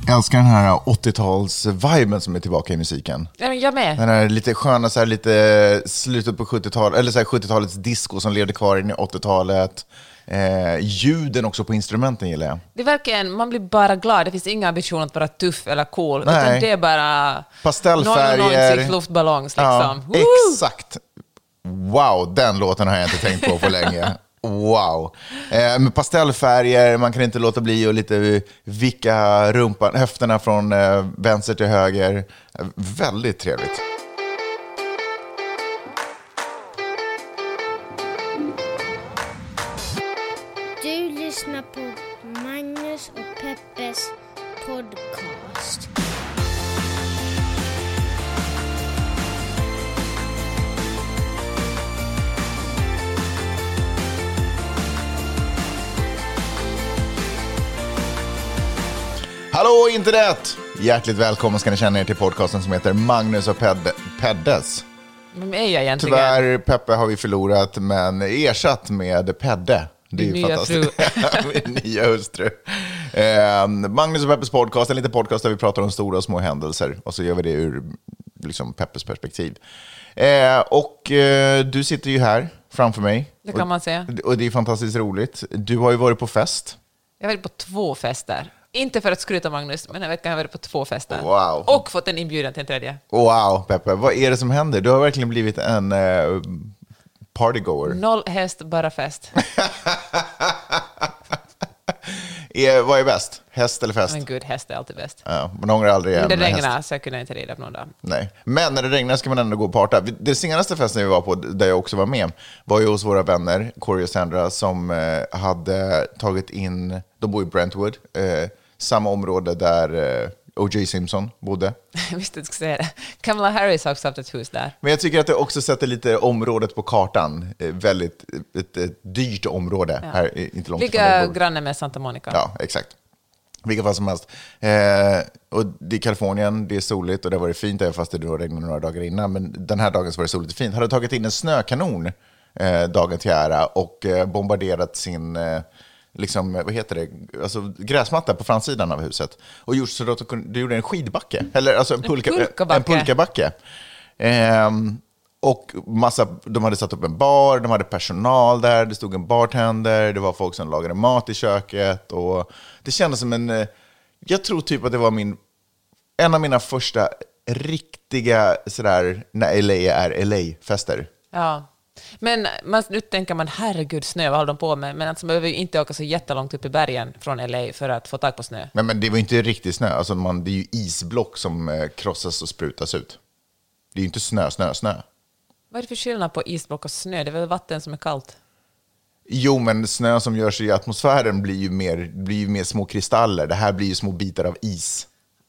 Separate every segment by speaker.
Speaker 1: Jag älskar den här 80-tals-viben som är tillbaka i musiken.
Speaker 2: Ja, men jag med.
Speaker 1: Den här lite sköna, så här, lite slutet på 70-talet, eller så här 70-talets disco som levde kvar in i 80-talet. Ljuden också på instrumenten gillar jag.
Speaker 2: Det verkar man blir bara glad. Det finns inga ambitioner att vara tuff eller cool.
Speaker 1: Nej.
Speaker 2: Utan det är bara
Speaker 1: pastellfärger.
Speaker 2: 0,0 luftballongs liksom.
Speaker 1: Ja, exakt. Wow, den låten har jag inte tänkt på för länge. Wow. Med pastellfärger, man kan inte låta bli att lite vicka rumpan, höfterna från vänster till höger. Väldigt trevligt.
Speaker 3: Du lyssnar på Magnus och Peppes podcast.
Speaker 1: Hallå internet! Hjärtligt välkommen ska ni känna er till podcasten som heter Magnus och Peddes.
Speaker 2: Vem är jag egentligen?
Speaker 1: Tyvärr, Peppe har vi förlorat, men ersatt med Pedde. Det är ju
Speaker 2: nya
Speaker 1: fantastiskt. Min nya hustru. Magnus och Peppes podcast, en liten podcast där vi pratar om stora och små händelser. Och så gör vi det ur liksom, Peppes perspektiv. Du sitter ju här framför mig.
Speaker 2: Det kan man säga.
Speaker 1: Och det är fantastiskt roligt. Du har ju varit på fest.
Speaker 2: Jag har varit på 2 fester. Inte för att skryta Magnus, men jag vet att jag har varit på 2 fester.
Speaker 1: Wow.
Speaker 2: Och fått en inbjudan till en tredje.
Speaker 1: Wow, Peppe. Vad är det som händer? Du har verkligen blivit en partygoer.
Speaker 2: 0 häst, bara fest.
Speaker 1: Vad är bäst? Häst eller fest?
Speaker 2: Men gud, häst är alltid bäst.
Speaker 1: Ja, man ångrar aldrig
Speaker 2: Men det
Speaker 1: en häst.
Speaker 2: regnar så jag kunde inte rida på någon dag.
Speaker 1: Nej. Men när det regnar ska man ändå gå och parta. Det senaste festen vi var på, där jag också var med, var ju hos våra vänner, Corey och Sandra, som hade tagit in, de bor i Brentwood, samma område där O.J. Simpson bodde.
Speaker 2: Jag visste att du skulle säga det. Kamala Harris har också haft ett hus där.
Speaker 1: Men jag tycker att det också sätter lite området på kartan. Väldigt ett dyrt område. Ja. Här, inte långt
Speaker 2: ligga granne med Santa Monica.
Speaker 1: Ja, exakt. Vilket fall som helst. Och det är Kalifornien, det är soligt och det var det fint, även fast det då regnade några dagar innan. Men den här dagen så var det soligt och fint. Hade tagit in en snökanon dagen till ära och bombarderat sin... liksom, vad heter det? Alltså, gräsmatta på framsidan av huset. Och gjort så att du gjorde en skidbacke. Eller alltså en pulkabacke. Och de hade satt upp en bar, de hade personal där, det stod en bartender, det var folk som lagade mat i köket. Och det kändes som jag tror typ att det var en av mina första riktiga sådär, när LA är LA-fester.
Speaker 2: Ja. Men nu tänker man, herregud, snö, vad håller de på med? Men alltså, man behöver ju inte åka så jättelångt upp i bergen från LA för att få tag på snö.
Speaker 1: Men det var inte riktigt snö. Alltså det är ju isblock som krossas och sprutas ut. Det är ju inte snö.
Speaker 2: Vad är det för skillnad på isblock och snö? Det är väl vatten som är kallt?
Speaker 1: Jo, men snö som görs i atmosfären blir ju mer små kristaller. Det här blir ju små bitar av is.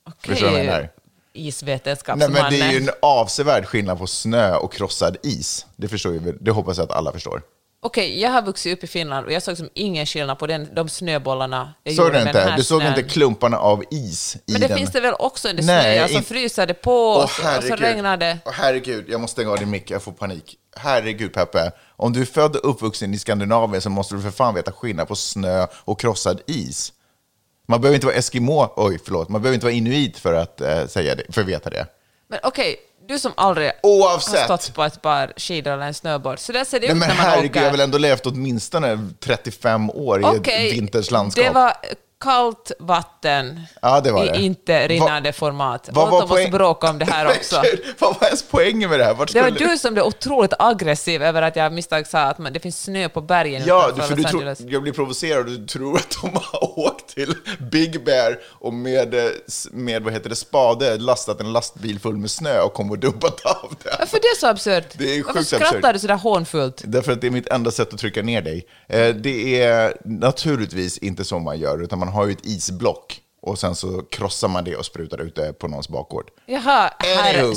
Speaker 2: Okej. Isvetenskap.
Speaker 1: Nej, men det är ju en avsevärd skillnad på snö och krossad is. Det förstår ju, det hoppas jag att alla förstår.
Speaker 2: Okej, jag har vuxit upp i Finland och jag såg som ingen skillnad på de snöbollarna jag
Speaker 1: såg
Speaker 2: gjorde
Speaker 1: du
Speaker 2: med
Speaker 1: inte?
Speaker 2: den här
Speaker 1: Du såg
Speaker 2: snön.
Speaker 1: inte klumparna av is i
Speaker 2: men det
Speaker 1: den.
Speaker 2: finns det väl också under snö? Alltså fryser det på och så regnar det.
Speaker 1: Herregud, jag måste stänga av din mick, jag får panik. Herregud Peppe, om du är född och uppvuxen i Skandinavien så måste du för fan veta skillnad på snö och krossad is. Man behöver inte vara man behöver inte vara inuit för att säga det, för att veta det.
Speaker 2: Men okej, du som aldrig har stått på ett par skidor eller en snowboard. Så där ser det ut när man
Speaker 1: herregud,
Speaker 2: åker.
Speaker 1: jag har väl ändå levt åtminstone 35 år i ett vinters landskap.
Speaker 2: Det var kallt vatten i inte rinnande format.
Speaker 1: Vad var
Speaker 2: måste bråka om det här också.
Speaker 1: Vad var ens poängen med det här?
Speaker 2: Det var du som blev otroligt aggressiv över att jag misstag sa att det finns snö på bergen.
Speaker 1: Ja, för jag blir provocerad och du tror att de har åkt till Big Bear och med vad heter det, spade lastat en lastbil full med snö och kom och dumpat av det.
Speaker 2: Varför är det så absurt?
Speaker 1: Det är
Speaker 2: varför skrattar du sådär hånfullt?
Speaker 1: Därför att det är mitt enda sätt att trycka ner dig. Det är naturligtvis inte så man gör, utan man har ju ett isblock och sen så krossar man det och sprutar ut det på någons bakgård.
Speaker 2: Jaha, herr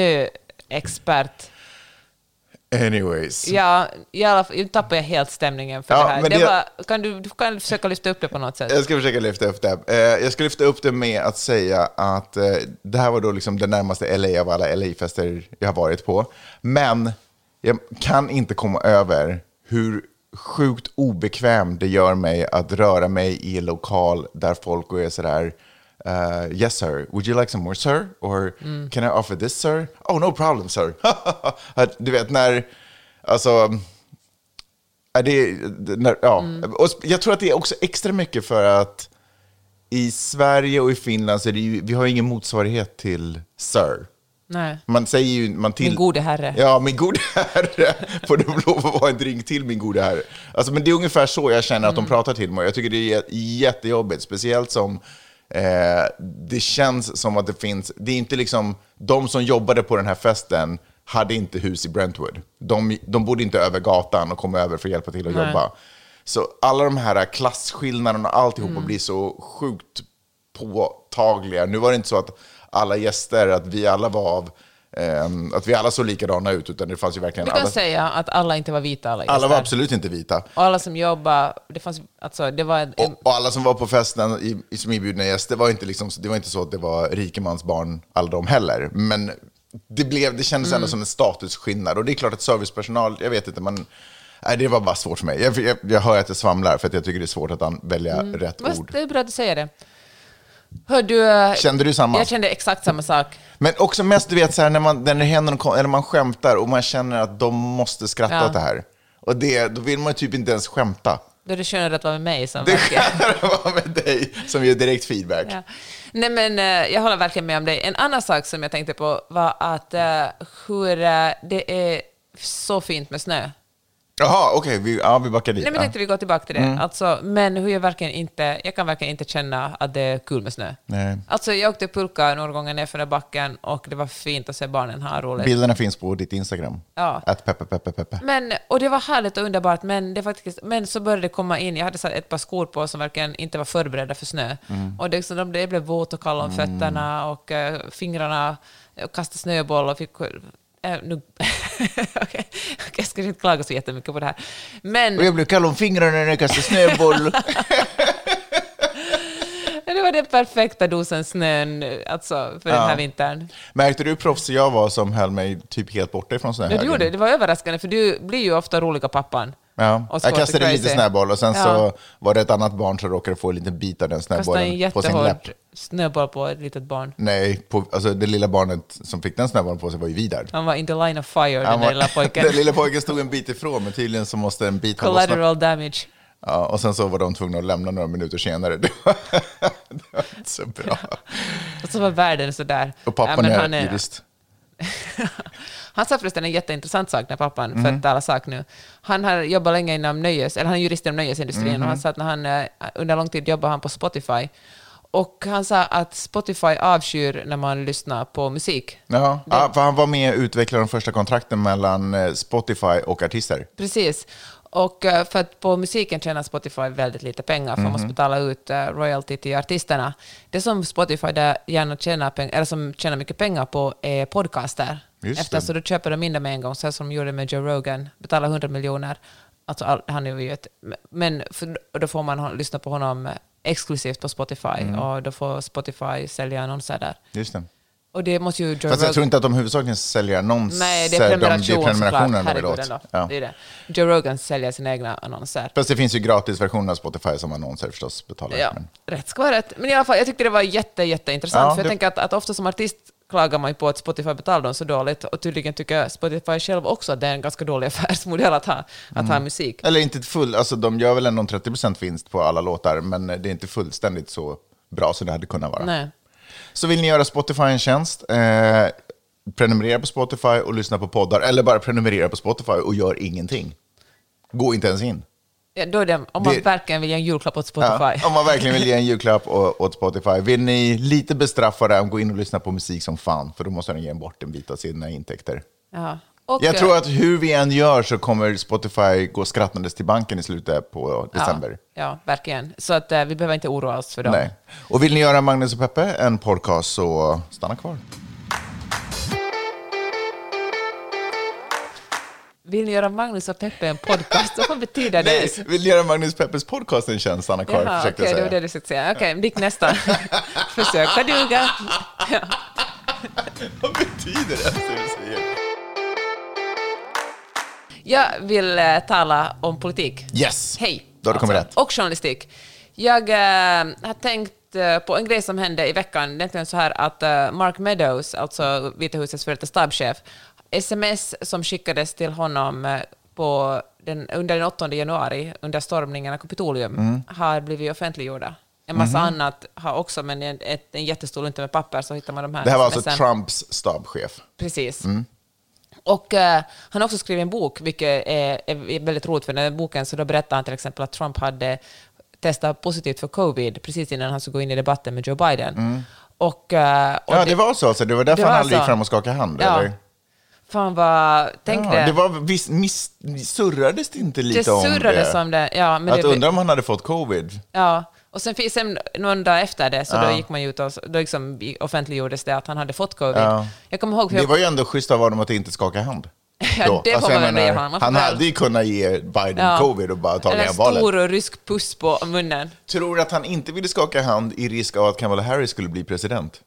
Speaker 2: snöexpert.
Speaker 1: Anyways.
Speaker 2: Ja, jag tappar helt stämningen för det här. Men du kan försöka lyfta upp det på något sätt.
Speaker 1: Jag ska försöka lyfta upp det. Jag ska lyfta upp det med att säga att det här var då liksom det närmaste LA av alla LA-fester jag har varit på. Men jag kan inte komma över hur sjukt obekväm det gör mig att röra mig i en lokal där folk är sådär Yes sir, would you like some more sir? Or can I offer this sir? Oh no problem sir. Du vet när, alltså, och jag tror att det är också extra mycket för att i Sverige och i Finland så är det ju, vi har ingen motsvarighet till sir.
Speaker 2: Nej.
Speaker 1: Man säger ju
Speaker 2: min gode herre.
Speaker 1: Ja, min gode herre. Får du lov att vara en drink till min gode herre? Alltså, men det är ungefär så jag känner att de pratar till mig. Jag tycker det är jättejobbigt, speciellt som det känns som att det finns, det är inte liksom de som jobbade på den här festen hade inte hus i Brentwood. De bodde inte över gatan och kom över för att hjälpa till att jobba. Så alla de här klasskillnaderna och alltihopa blir så sjukt påtagliga. Nu var det inte så att alla gäster, att vi alla var att vi alla såg likadana ut, utan det fanns ju verkligen
Speaker 2: vi kan säga att alla inte var vita, alla gäster.
Speaker 1: Alla var absolut inte vita.
Speaker 2: Och alla som jobbade, det fanns, alltså, det var
Speaker 1: och alla som var på festen som inbjudna gäster var inte liksom, det var inte så att det var rikemansbarn alla de heller, men det kändes ändå som en statusskillnad. Och det är klart att servicepersonal, jag vet inte, det var bara svårt för mig. Jag hör att jag svamlar för att jag tycker det är svårt att välja rätt ord.
Speaker 2: Det är bra att du säger det.
Speaker 1: Kände du samma?
Speaker 2: Jag kände exakt samma sak.
Speaker 1: Men också mest, du vet, så här, när det händer eller man skämtar och man känner att de måste skratta åt det här. Och då vill man typ inte ens skämta.
Speaker 2: Då är det skönare att vara med mig som
Speaker 1: det vara med dig som ger direkt feedback.
Speaker 2: Ja. Nej, men jag håller verkligen med om dig. En annan sak som jag tänkte på var att hur det är så fint med snö.
Speaker 1: Jaha, okej, vi backar dit.
Speaker 2: Nej, men tänkte vi gå tillbaka till det. Alltså, men hur jag kan verkligen inte känna att det är kul med snö.
Speaker 1: Nej.
Speaker 2: Alltså, jag åkte pulka några gånger ner för den backen och det var fint att se barnen ha roligt.
Speaker 1: Bilderna finns på ditt Instagram.
Speaker 2: Ja.
Speaker 1: @peppe.
Speaker 2: Och det var härligt och underbart, men så började det komma in. Jag hade satt ett par skor på som verkligen inte var förberedda för snö. Och det blev våt och kall om fötterna och fingrarna och kastade snöboll och fick... Okej, jag ska inte klaga så jättemycket på det här. Men...
Speaker 1: Och jag blev kall om fingrarna när jag kastade snöboll.
Speaker 2: Det var den perfekta dosen snön alltså, för den här vintern.
Speaker 1: Märkte du hur proffsig jag var som höll mig typ helt borta ifrån snöhögen?
Speaker 2: Du gjorde det var överraskande, för du blir ju ofta roliga pappan.
Speaker 1: Ja, jag kastade lite snöboll och sen så var det ett annat barn som råkade få en liten bit av den snöbollen på sin läpp.
Speaker 2: Snöboll på ett litet barn.
Speaker 1: Nej, alltså det lilla barnet som fick den snöbollen på sig var ju Vidar.
Speaker 2: Han var in the line of fire, den lilla pojken.
Speaker 1: Den lilla pojken stod en bit ifrån, men tydligen så måste en bit...
Speaker 2: Collateral damage.
Speaker 1: Ja, och sen så var de tvungna att lämna några minuter senare. Det var inte så bra.
Speaker 2: Och så var världen så där.
Speaker 1: Och pappan är jurist.
Speaker 2: Han sa förresten en jätteintressant sak när pappan, för att tala sak nu. Han har jobbat länge inom han är jurist inom nöjesindustrin och han sa att när han under lång tid jobbade han på Spotify. Och han sa att Spotify avskyr när man lyssnar på musik.
Speaker 1: Ja, för han var med och utvecklade de första kontrakten mellan Spotify och artister.
Speaker 2: Precis. Och för att på musiken tjänar Spotify väldigt lite pengar, för man måste betala ut royalty till artisterna. Det som Spotify där gärna tjänar mycket pengar på är podcaster. Efter så då köper de in det med en gång, så som de gjorde med Joe Rogan, betalar 100 miljoner. Alltså han är ju men då får man lyssna på honom exklusivt på Spotify och då får Spotify sälja annonser där.
Speaker 1: Just det.
Speaker 2: Och det måste ju
Speaker 1: Fast jag tror inte att de huvudsakligen säljer annonser.
Speaker 2: Nej, det är prenumerationen
Speaker 1: de vill åt.
Speaker 2: Ja. Det är det. Joe Rogan säljer sina egna annonser.
Speaker 1: Fast det finns ju gratisversioner av Spotify som annonser förstås betalar.
Speaker 2: Ja, rätt ska vara rätt. Men i alla fall, jag tyckte det var jätteintressant.
Speaker 1: Ja,
Speaker 2: för jag tänker att ofta som artist klagar man ju på att Spotify betalar dem så dåligt. Och tydligen tycker Spotify själv också att det är en ganska dålig affärsmodell att ha musik.
Speaker 1: Eller inte full, alltså de gör väl ändå 30% vinst på alla låtar, men det är inte fullständigt så bra som det hade kunnat vara.
Speaker 2: Nej.
Speaker 1: Så vill ni göra Spotify en tjänst, prenumerera på Spotify och lyssna på poddar, eller bara prenumerera på Spotify och gör ingenting. Gå inte ens in.
Speaker 2: Ja, då är det, om man verkligen vill ge en julklapp åt Spotify.
Speaker 1: Ja, om man verkligen vill ge en julklapp åt Spotify. Vill ni lite bestraffa det, gå in och lyssna på musik som fan, för då måste den ge bort en bit av sina intäkter.
Speaker 2: Ja.
Speaker 1: Jag tror att hur vi än gör så kommer Spotify gå skrattande till banken i slutet på december.
Speaker 2: Ja, verkligen. Så att vi behöver inte oroa oss för dem.
Speaker 1: Nej. Och vill ni göra Magnus och Peppe en podcast så stanna kvar.
Speaker 2: Vill ni göra Magnus och Peppe en podcast? Vad betyder det?
Speaker 1: Nej, vill ni göra Magnus och Peppes podcast en tjänst? Stanna kvar,
Speaker 2: Jaha, okej, det var det du skulle säga. Okej, dick nästa. Försöka duga. Ja.
Speaker 1: Vad betyder det du säger?
Speaker 2: Jag vill tala om politik.
Speaker 1: Yes!
Speaker 2: Hej!
Speaker 1: Då har det kommit rätt.
Speaker 2: Och journalistik. Jag har tänkt på en grej som hände i veckan. Det är så här att Mark Meadows, alltså Vita husets före detta stabschef, sms som skickades till honom under den 8 januari under stormningen av Kapitolium har blivit offentliggjorda. En massa annat har också, men en jättestor lunta med papper så hittar man de här.
Speaker 1: Det här var alltså Trumps stabschef.
Speaker 2: Precis. Och han har också skrivit en bok, vilket är väldigt roligt, för den här boken så då berättar han till exempel att Trump hade testat positivt för covid precis innan han skulle gå in i debatten med Joe Biden. Och
Speaker 1: det var så. Det var därför han aldrig gick fram och skakade hand, eller?
Speaker 2: Fan vad... Tänk det.
Speaker 1: Det var surrades det inte lite om det?
Speaker 2: Det surrades om det, ja. Men
Speaker 1: att undra om han hade fått covid.
Speaker 2: Ja, och sen någon dag efter det så då gick man ut och då liksom offentliggjordes det att han hade fått covid. Ja. Jag kommer ihåg
Speaker 1: det var ju ändå schysst av honom att inte skaka hand.
Speaker 2: Ja, det får man väl honom.
Speaker 1: Han hade ju kunnat ge Biden covid och bara tagit valet.
Speaker 2: En stor och rysk puss på munnen.
Speaker 1: Tror du att han inte ville skaka hand i risk av att Kamala Harris skulle bli president?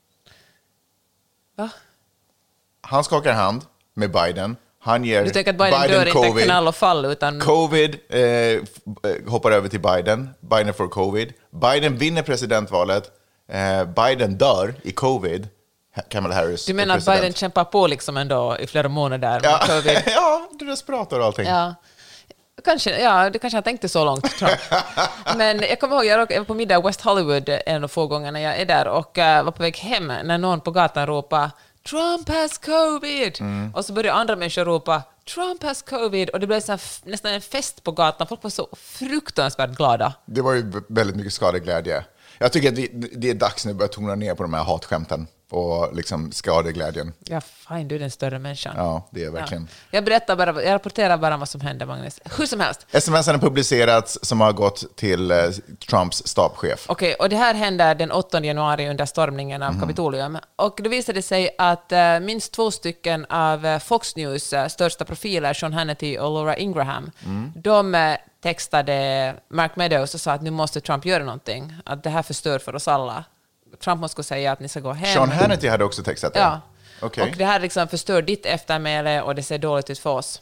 Speaker 2: Va?
Speaker 1: Han skakar hand med Biden. Han ger
Speaker 2: du tänker att Biden dör
Speaker 1: COVID,
Speaker 2: inte knall och fall utan...
Speaker 1: Covid hoppar över till Biden. Biden får covid. Biden vinner presidentvalet. Biden dör i covid. Kamala Harris.
Speaker 2: Du menar att Biden kämpar på liksom ändå i flera månader med covid?
Speaker 1: Ja, du pratar och allting.
Speaker 2: Ja. Det kanske jag tänkte så långt, Trump. Men jag kommer ihåg, jag var på middag i West Hollywood en av få gånger när jag är där och var på väg hem när någon på gatan ropade Trump has covid! Och så började andra människor ropa Trump has covid! Och det blev nästan en fest på gatan. Folk var så fruktansvärt glada.
Speaker 1: Det var ju väldigt mycket skadeglädje. Jag tycker att det är dags nu att börja tona ner på de här hatskämten och liksom skadeglädjen.
Speaker 2: Ja, fine, du är den större människan.
Speaker 1: Ja, det är verkligen.
Speaker 2: Ja. Jag rapporterar bara vad som händer, Magnus. Hur som helst.
Speaker 1: SMS har publicerats som har gått till Trumps stabschef.
Speaker 2: Okej, och det här hände den 8 januari under stormningen av Kapitolium. Och då visade det sig att minst 2 stycken av Fox News största profiler, Sean Hannity och Laura Ingraham, de textade Mark Meadows och sa att nu måste Trump göra någonting. Att det här förstör för oss alla. Trump måste säga att ni ska gå hem.
Speaker 1: Sean Hannity hade också textat det?
Speaker 2: Ja.
Speaker 1: Okay.
Speaker 2: Och det här liksom förstör ditt eftermäle och det ser dåligt ut för oss.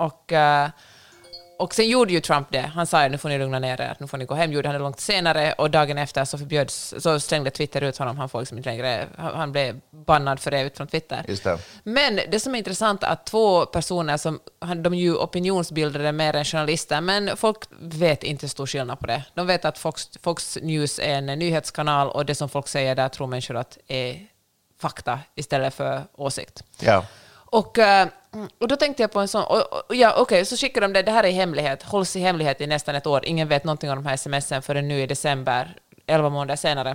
Speaker 2: Och sen gjorde ju Trump det. Han sa ju nu får ni lugna ner er, nu får ni gå hem. Gjorde han det långt senare och dagen efter så stängde Twitter ut honom. Han får liksom inte längre, han blev bannad för evigt från Twitter.
Speaker 1: Just det.
Speaker 2: Men det som är intressant är att 2 personer som de ju opinionsbildade mer än journalister, men folk vet inte stor skillnad på det. De vet att Fox News är en nyhetskanal och det som folk säger där tror människor att är fakta istället för åsikt.
Speaker 1: Ja.
Speaker 2: Och då tänkte jag på en sån... så skickar de det här är hemlighet. Hålls i hemlighet i nästan ett år. Ingen vet någonting om de här sms'en förrän nu i december, 11 månader senare.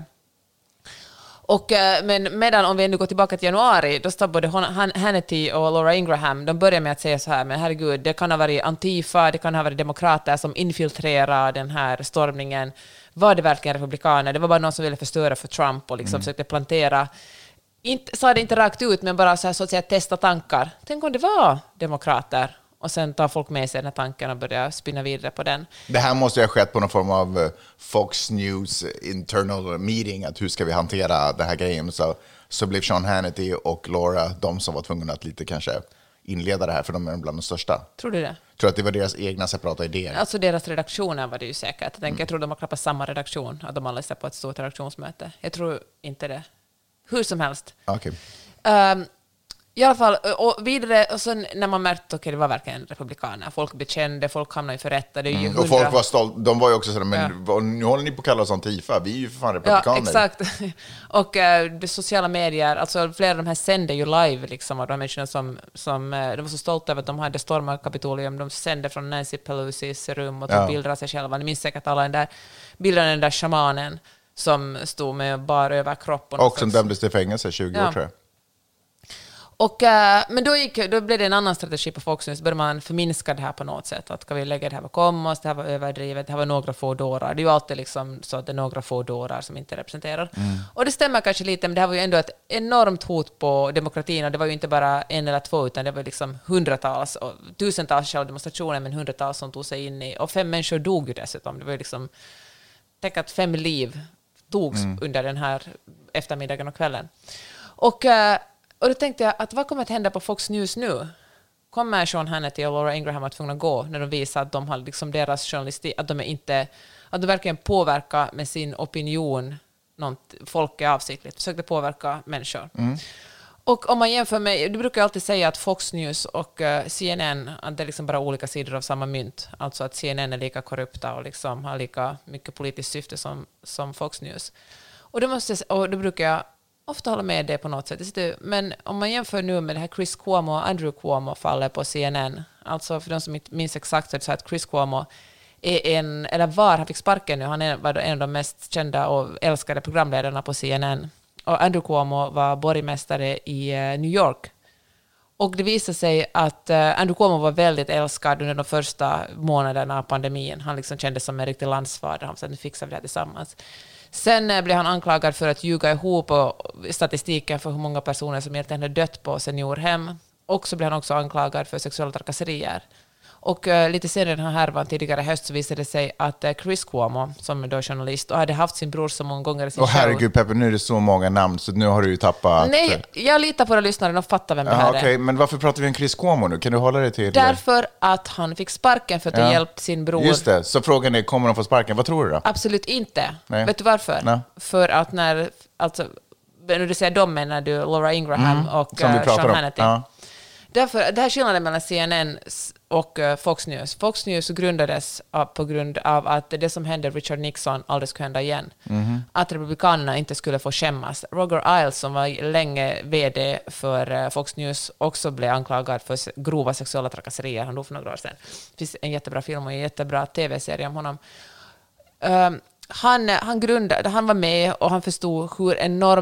Speaker 2: Men medan om vi ändå går tillbaka till januari, då står både Hannity och Laura Ingraham, de börjar med att säga så här, men herregud, det kan ha varit Antifa, det kan ha varit demokrater som infiltrerar den här stormningen. Var det verkligen republikaner? Det var bara någon som ville förstöra för Trump och liksom försökte plantera... sa det inte rakt ut, men bara så att säga testa tankar. Tänk om det var demokrater. Och sen tar folk med sig den här tanken och börjar spinna vidare på den.
Speaker 1: Det här måste ju ha skett på någon form av Fox News internal meeting. Att hur ska vi hantera den här grejen? Så blev Sean Hannity och Laura de som var tvungna att lite kanske inleda det här. För de är bland de största.
Speaker 2: Tror du det?
Speaker 1: Tror att det var deras egna separata idéer?
Speaker 2: Alltså deras redaktioner var det ju säkert. Jag tror de har klappat samma redaktion. Att de alla är på ett stort redaktionsmöte. Jag tror inte det. Hur som helst.
Speaker 1: Okay.
Speaker 2: I alla fall, och vidare, och sen när man märkte att det var verkligen republikaner. Folk bekände, folk hamnade inför rätta.
Speaker 1: Och folk var stolta. De var ju också sådär, men nu håller ni på att kalla oss Antifa. Vi är ju för fan republikaner.
Speaker 2: Ja, exakt. Och de sociala medier, alltså flera av de här sände ju live liksom, av de människorna som de var så stolta över att de hade stormat Kapitolium. De sände från Nancy Pelosis rum och tog bilder av sig själva. Ni minns säkert alla den där bilden av den där shamanen som stod med bara över kroppen.
Speaker 1: Och som dömdes till fängelse 20 år tror jag.
Speaker 2: Men då blev det en annan strategi på Fox News. Började man förminska det här på något sätt. Att ska vi lägga det här bakom oss, det här var överdrivet, det här var några få dårar. Det är ju alltid liksom så att det är några få dårar som inte representerar. Och det stämmer kanske lite, men det här var ju ändå ett enormt hot på demokratin. Och det var ju inte bara 1 eller 2, utan det var liksom hundratals och tusentals själva demonstrationer, men hundratals som tog sig in i. Och 5 människor dog ju dessutom. Det var ju liksom, tänk att 5 liv togs under den här eftermiddagen och kvällen. Och då tänkte jag att vad kommer att hända på Fox News nu? Kommer Sean Hannity och Laura Ingraham att tvungna gå när de visar att de har liksom deras journalistik, att de verkligen påverkar med sin opinion folk är avsiktligt, försökte påverka människor. Och om man jämför med, du brukar alltid säga att Fox News och CNN, att det är liksom bara olika sidor av samma mynt. Alltså att CNN är lika korrupta och liksom har lika mycket politiskt syfte som Fox News. Och då brukar jag ofta hålla med det på något sätt. Men om man jämför nu med det här Chris Cuomo och Andrew Cuomo-fallet på CNN, alltså för de som inte minns exakt så är det så att Chris Cuomo han fick sparken nu, han var en av de mest kända och älskade programledarna på CNN. Och Andrew Cuomo var borgmästare i New York. Och det visade sig att Andrew Cuomo var väldigt älskad under de första månaderna av pandemin. Han liksom kändes som en riktig landsfader. Han sa att nu fixar vi det här tillsammans. Sen blev han anklagad för att ljuga ihop statistiken för hur många personer som egentligen hade dött på seniorhem. Och så blev han också anklagad för sexuella trakasserier. Och lite senare den här härvan tidigare höst så visade det sig att Chris Cuomo, som är då journalist, och hade haft sin bror så många gånger i sin show.
Speaker 1: Herregud Peppe, nu är det så många namn så nu har du ju tappat...
Speaker 2: Nej, jag litar på de lyssnare, de fattar vem det här är.
Speaker 1: Okej, men varför pratar vi om Chris Cuomo nu? Kan du hålla dig till...
Speaker 2: Därför att han fick sparken för att ha hjälpt sin bror.
Speaker 1: Just det, så frågan är, kommer de få sparken? Vad tror du då?
Speaker 2: Absolut inte.
Speaker 1: Nej.
Speaker 2: Vet du varför?
Speaker 1: Nej.
Speaker 2: För att när du säger de menar du Laura Ingraham och Sean Hannity.
Speaker 1: Ja.
Speaker 2: Därför, det här skillnaden mellan CNN och Fox News. Fox News grundades på grund av att det som hände Richard Nixon aldrig skulle hända igen. Att republikanerna inte skulle få skämmas. Roger Ailes, som var länge vd för Fox News, också blev anklagad för grova sexuella trakasserier. Han dog för några år sedan. Det finns en jättebra film och en jättebra tv-serie om honom. Han var med och han förstod hur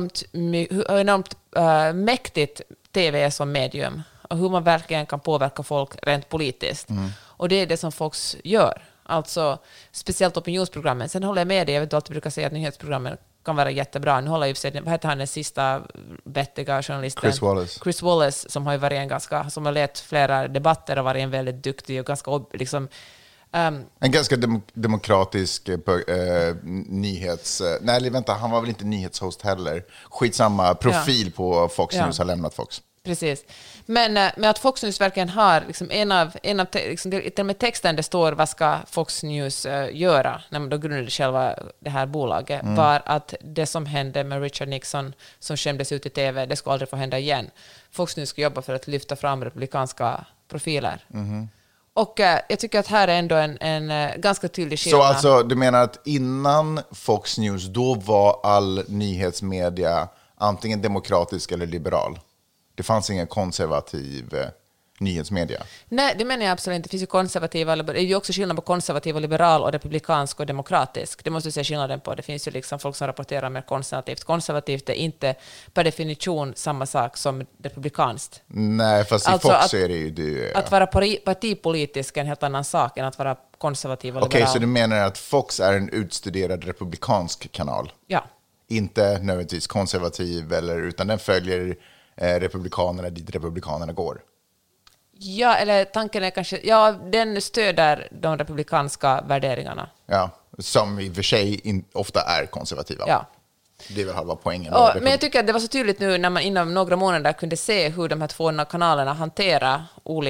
Speaker 2: enormt mäktigt tv är som medium och hur man verkligen kan påverka folk rent politiskt. Och det är det som Fox gör. Alltså speciellt opinionsprogrammen. Sen håller jag med dig, jag vet alltid brukar säga att nyhetsprogrammen kan vara jättebra. Nu håller jag vad heter han, den sista vettiga journalisten? Chris Wallace, som har ju varit som har lett flera debatter och varit en väldigt duktig och ganska liksom...
Speaker 1: en ganska demokratisk nyhets... Nej, vänta, han var väl inte nyhetshost heller. Skitsamma profil på Fox News har lämnat Fox.
Speaker 2: Precis. Men att Fox News verkligen har liksom till med texten det står vad ska Fox News göra när man då grundade själva det här bolaget var att det som hände med Richard Nixon som skämdes ut i tv, det ska aldrig få hända igen. Fox News ska jobba för att lyfta fram republikanska profiler. Och jag tycker att här är ändå en ganska tydlig skillnad.
Speaker 1: Så alltså, du menar att innan Fox News då var all nyhetsmedia antingen demokratisk eller liberal? Det fanns ingen konservativ nyhetsmedia?
Speaker 2: Nej, det menar jag absolut inte. Det finns ju konservativa, det är ju också skillnad på konservativ och liberal och republikansk och demokratisk. Det måste du se skillnaden på. Det finns ju liksom folk som rapporterar mer konservativt. Konservativt är inte per definition samma sak som republikanskt.
Speaker 1: Nej, fast i Fox är det ju...
Speaker 2: Att vara partipolitisk är en helt annan sak än att vara konservativ och liberal.
Speaker 1: Okej, så du menar att Fox är en utstuderad republikansk kanal?
Speaker 2: Ja.
Speaker 1: Inte nödvändigtvis konservativ, utan den följer republikanerna dit republikanerna går?
Speaker 2: Ja, eller tanken är kanske... den stöder de republikanska värderingarna.
Speaker 1: Ja, som i och för sig ofta är konservativa.
Speaker 2: Ja.
Speaker 1: Det är väl halva poängen.
Speaker 2: Men jag tycker att det var så tydligt nu när man inom några månader kunde se hur de här två kanalerna hanterar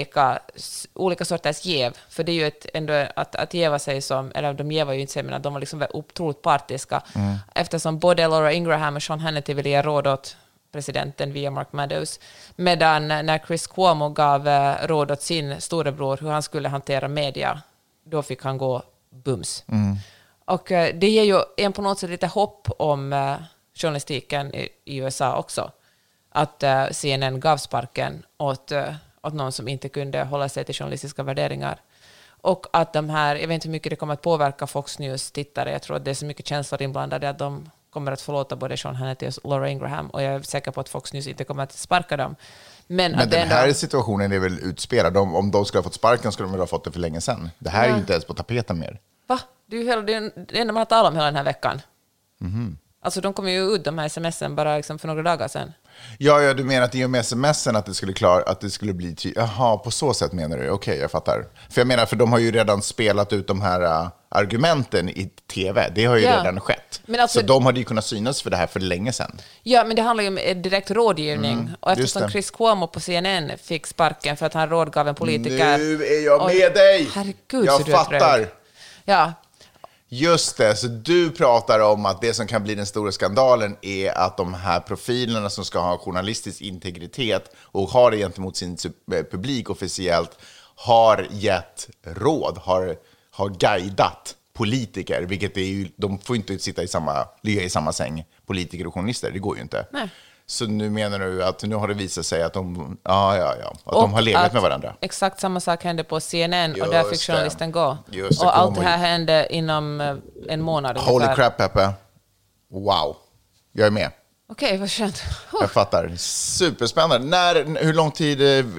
Speaker 2: olika sorters jäv. För det är ju ändå att jäva sig som... Eller de jävar ju inte sig, men att de var liksom otroligt partiska. Eftersom både Laura Ingraham och Sean Hannity ville ge råd åt presidenten via Mark Meadows. Medan när Chris Cuomo gav råd åt sin storebror hur han skulle hantera media, då fick han gå bums. Och det ger ju en på något sätt lite hopp om journalistiken i USA också. Att CNN gav sparken åt någon som inte kunde hålla sig till journalistiska värderingar. Och att de här, jag vet inte hur mycket det kommer att påverka Fox News-tittare. Jag tror att det är så mycket känslor inblandade att de kommer att förlåta både Sean Hannity och Laura Ingraham. Och jag är säker på att Fox News inte kommer att sparka dem. Men att
Speaker 1: den här situationen är väl utspelad. Om de skulle ha fått sparken skulle de väl ha fått det för länge sedan. Det här är ju inte ens på tapeten mer.
Speaker 2: Va? Det är det enda man har talat om hela den här veckan. Alltså de kom ju ut de här sms'en bara liksom för några dagar sedan.
Speaker 1: Ja, du menar att i och med sms'en att det skulle bli jaha, på så sätt menar du? Okej, jag fattar. För jag menar, för de har ju redan spelat ut de här argumenten i tv. Det har ju redan skett. Men alltså, så de hade ju kunnat synas för det här för länge sedan.
Speaker 2: Ja, men det handlar ju om direkt rådgivning. Och eftersom Chris Cuomo på CNN fick sparken för att han rådgav en politiker...
Speaker 1: Nu är jag med dig!
Speaker 2: Herregud,
Speaker 1: jag fattar.
Speaker 2: Ja.
Speaker 1: Just det, så du pratar om att det som kan bli den stora skandalen är att de här profilerna som ska ha journalistisk integritet och har det gentemot sin publik officiellt har gett råd, har guidat politiker, vilket är ju, de får inte ligga i samma säng, politiker och journalister, det går ju inte.
Speaker 2: Nej.
Speaker 1: Så nu menar du att nu har det visat sig att de har legat med varandra.
Speaker 2: Exakt samma sak hände på CNN och där
Speaker 1: Just
Speaker 2: fick journalisten gå.
Speaker 1: Just det,
Speaker 2: och allt det här hände inom en månad.
Speaker 1: Holy
Speaker 2: ungefär.
Speaker 1: crap, Peppe. Wow. Jag är med.
Speaker 2: Okej, vad skönt.
Speaker 1: Jag fattar. Superspännande. Hur lång tid,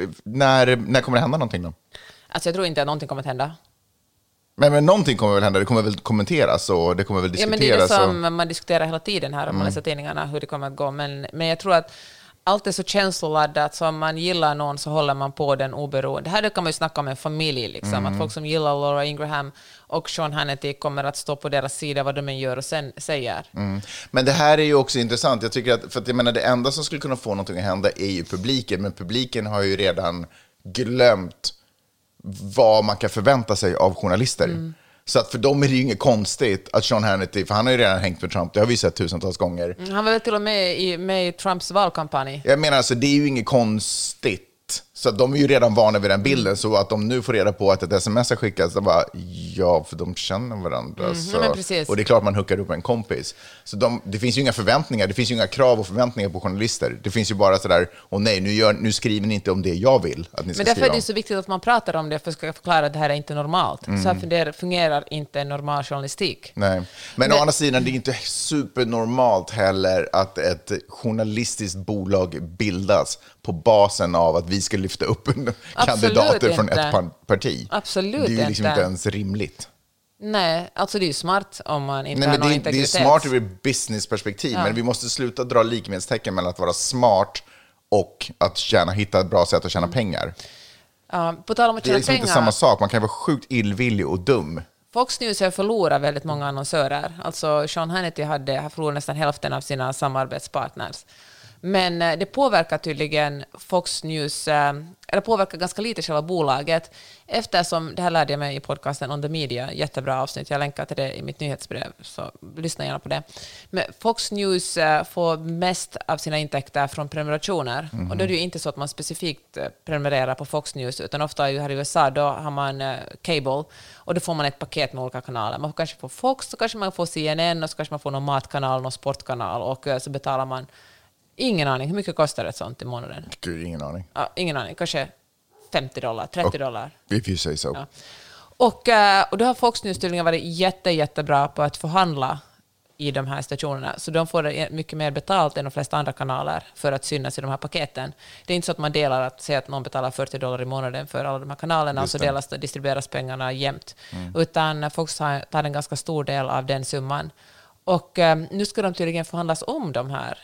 Speaker 1: när kommer det hända någonting då?
Speaker 2: Alltså jag tror inte att någonting kommer att hända.
Speaker 1: Men någonting kommer väl hända, det kommer väl kommenteras och det kommer väl diskuteras.
Speaker 2: Ja, men det är det som man diskuterar hela tiden här om man läser tidningarna, hur det kommer att gå. Men jag tror att allt är så känsloladdat, så om man gillar någon så håller man på den oberoende. Här kan man ju snacka om en familj, liksom. Att folk som gillar Laura Ingraham och Sean Hannity kommer att stå på deras sida vad de än gör och sen säger.
Speaker 1: Men det här är ju också intressant. Jag tycker att, för att jag menar, det enda som skulle kunna få någonting att hända är ju publiken, men publiken har ju redan glömt vad man kan förvänta sig av journalister. Så att för dem är det ju inget konstigt att Sean Hannity, för han har ju redan hängt med Trump, det har vi sett tusentals gånger.
Speaker 2: Han var väl till och med i Trumps valkampanj.
Speaker 1: Jag menar alltså, det är ju inget konstigt. Så att de är ju redan vana vid den bilden, så att de nu får reda på att ett sms har skickats, de bara, ja, för de känner varandra. Så.
Speaker 2: Men precis.
Speaker 1: Och det är klart man hookar upp en kompis. Så det finns ju inga förväntningar, det finns ju inga krav och förväntningar på journalister. Det finns ju bara sådär, nej, nu skriver ni inte om det jag vill att ni ska skriva om.
Speaker 2: Men därför är det så viktigt att man pratar om det, för att förklara att det här är inte normalt. Så här fungerar inte en normal journalistik.
Speaker 1: Nej, men å andra sidan, det är inte supernormalt heller att ett journalistiskt bolag bildas på basen av att vi ska lyfta upp kandidater från ett parti.
Speaker 2: Absolut.
Speaker 1: Det är ju liksom inte ens rimligt.
Speaker 2: Nej, alltså det är ju smart om man inte har någon integritet.
Speaker 1: Det är smart ur ett businessperspektiv, men vi måste sluta dra likhetstecken mellan att vara smart och att hitta ett bra sätt att tjäna pengar.
Speaker 2: På tal om att
Speaker 1: Det är
Speaker 2: tjäna
Speaker 1: liksom
Speaker 2: pengar.
Speaker 1: inte samma sak, man kan vara sjukt illvillig och dum.
Speaker 2: Fox News har förlorat väldigt många annonsörer. Alltså Sean Hannity har förlorat nästan hälften av sina samarbetspartners. Men det påverkar tydligen Fox News, eller påverkar ganska lite själva bolaget, eftersom, det här lärde jag mig i podcasten On the Media, jättebra avsnitt, jag länkar till det i mitt nyhetsbrev, så lyssna gärna på det. Men Fox News får mest av sina intäkter från prenumerationer, och då är det ju inte så att man specifikt prenumererar på Fox News, utan ofta här i USA då har man cable, och då får man ett paket med olika kanaler. Man kanske får Fox, så kanske man får CNN, och så kanske man får någon matkanal, någon sportkanal, och så betalar man. Ingen aning. Hur mycket kostar ett sånt i månaden?
Speaker 1: Gud, ingen aning.
Speaker 2: Ja, ingen aning. Kanske $50, $30.
Speaker 1: If you say so.
Speaker 2: Ja. Och då har Fox News tydligen varit jättebra på att förhandla i de här stationerna. Så de får mycket mer betalt än de flesta andra kanaler för att synas i de här paketen. Det är inte så att man delar, att säga att någon betalar $40 i månaden för alla de här kanalerna, och så distribueras pengarna jämnt. Utan Fox tar en ganska stor del av den summan. Och nu ska de tydligen förhandlas om de här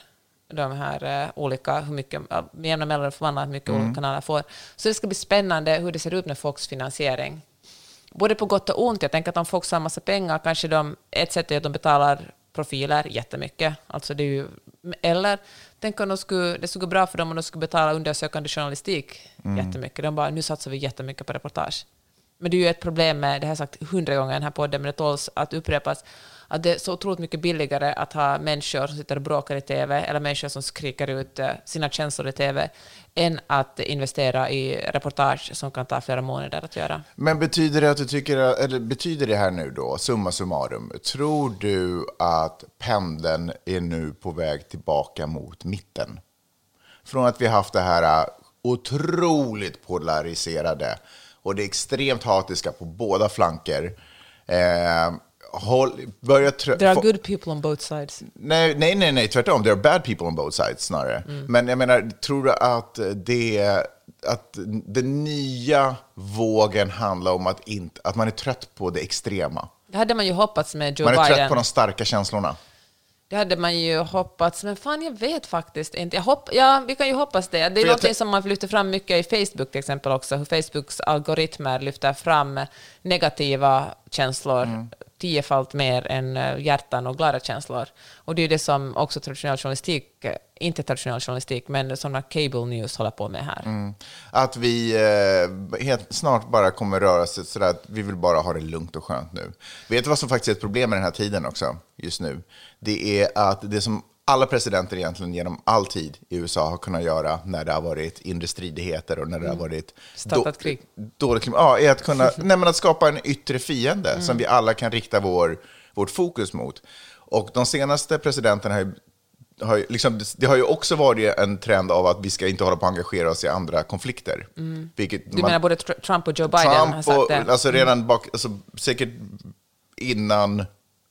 Speaker 2: olika, hur mycket, med jämna mellanrum förvandlar hur mycket olika kanaler får. Så det ska bli spännande hur det ser ut med Fox finansiering. Både på gott och ont. Jag tänker att om Fox har en massa pengar, kanske ett sätt är att de betalar profiler jättemycket. Alltså det är ju, eller tänk om det skulle gå bra för dem om de skulle betala undersökande journalistik jättemycket. De bara, nu satsar vi jättemycket på reportage. Men det är ju ett problem med, det har jag sagt 100 gånger i den här podden, men det tåls att upprepas, att det är så otroligt mycket billigare att ha människor som sitter och bråkar i TV, eller människor som skriker ut sina känslor i TV, än att investera i reportage som kan ta flera månader att göra.
Speaker 1: Men betyder det att du tycker, eller betyder det här nu då, summa summarum, tror du att pendeln är nu på väg tillbaka mot mitten? Från att vi har haft det här otroligt polariserade och det är extremt hatiska på båda flanker.
Speaker 2: There are good people on both sides.
Speaker 1: Nej, tvärtom. There are bad people on both sides snarare. Men jag menar, tror du att den nya vågen handlar om att man är trött på det extrema?
Speaker 2: Det hade man ju hoppats med Joe Biden.
Speaker 1: Man är trött på de starka känslorna.
Speaker 2: Det hade man ju hoppats, men fan, jag vet faktiskt inte. Vi kan ju hoppas det. Det är något som man lyfter fram mycket i Facebook till exempel också, hur Facebooks algoritmer lyfter fram negativa känslor 10-falt mer än hjärtan och glada känslor. Och det är det som också traditionell journalistik, inte traditionell journalistik, men sådana cable news håller på med här.
Speaker 1: Att vi snart bara kommer röra sig sådär att vi vill bara ha det lugnt och skönt nu. Vet du vad som faktiskt är ett problem med den här tiden också, just nu? Det är att det som alla presidenter egentligen genom all tid i USA har kunnat göra när det har varit inre stridigheter och när det har varit
Speaker 2: startat krig.
Speaker 1: Dåligt klimat, är att kunna att skapa en yttre fiende som vi alla kan rikta vårt fokus mot. Och de senaste presidenterna det har ju också varit en trend av att vi ska inte hålla på att engagera oss i andra konflikter.
Speaker 2: Du menar både Trump och Joe Biden har sagt det?
Speaker 1: Alltså redan säkert innan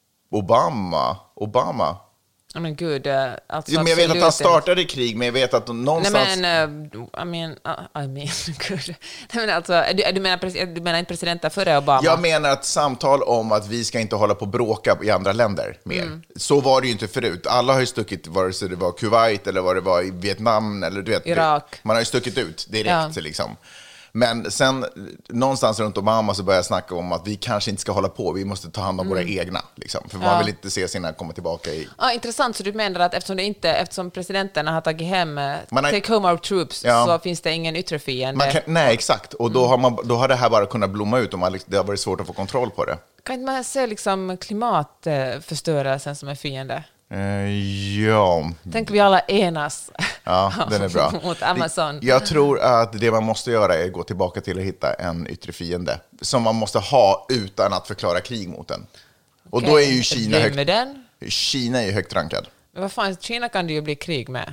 Speaker 1: Obama.
Speaker 2: Men gud, alltså
Speaker 1: men jag vet att han startade krig, men jag vet att någonstans...
Speaker 2: Nej, men, gud. Nej, men alltså, du menar inte presidenten före Obama?
Speaker 1: Jag menar att samtal om att vi ska inte hålla på och bråka i andra länder mer. Så var det ju inte förut. Alla har ju stuckit, vare sig det var Kuwait eller vad det var i Vietnam eller du vet,
Speaker 2: Irak.
Speaker 1: Man har ju stuckit ut direkt liksom. Men sen någonstans runt Obama så började jag snacka om att vi kanske inte ska hålla på. Vi måste ta hand om våra egna. Liksom, för man vill inte se sina komma tillbaka i...
Speaker 2: Ja, intressant. Så du menar att eftersom presidenterna har tagit hem take home our troops så finns det ingen yttre fiende?
Speaker 1: Nej, exakt. Och då har det här bara kunnat blomma ut om det har varit svårt att få kontroll på det.
Speaker 2: Kan inte man se liksom klimatförstörelsen som en fiende?
Speaker 1: Ja.
Speaker 2: Tänk vi alla enas
Speaker 1: den är bra.
Speaker 2: mot Amazon.
Speaker 1: Jag tror att det man måste göra är att gå tillbaka till att hitta en yttre fiende som man måste ha utan att förklara krig mot den. Och då är ju Kina är högt rankad.
Speaker 2: Men vad fan, Kina kan det ju bli krig med.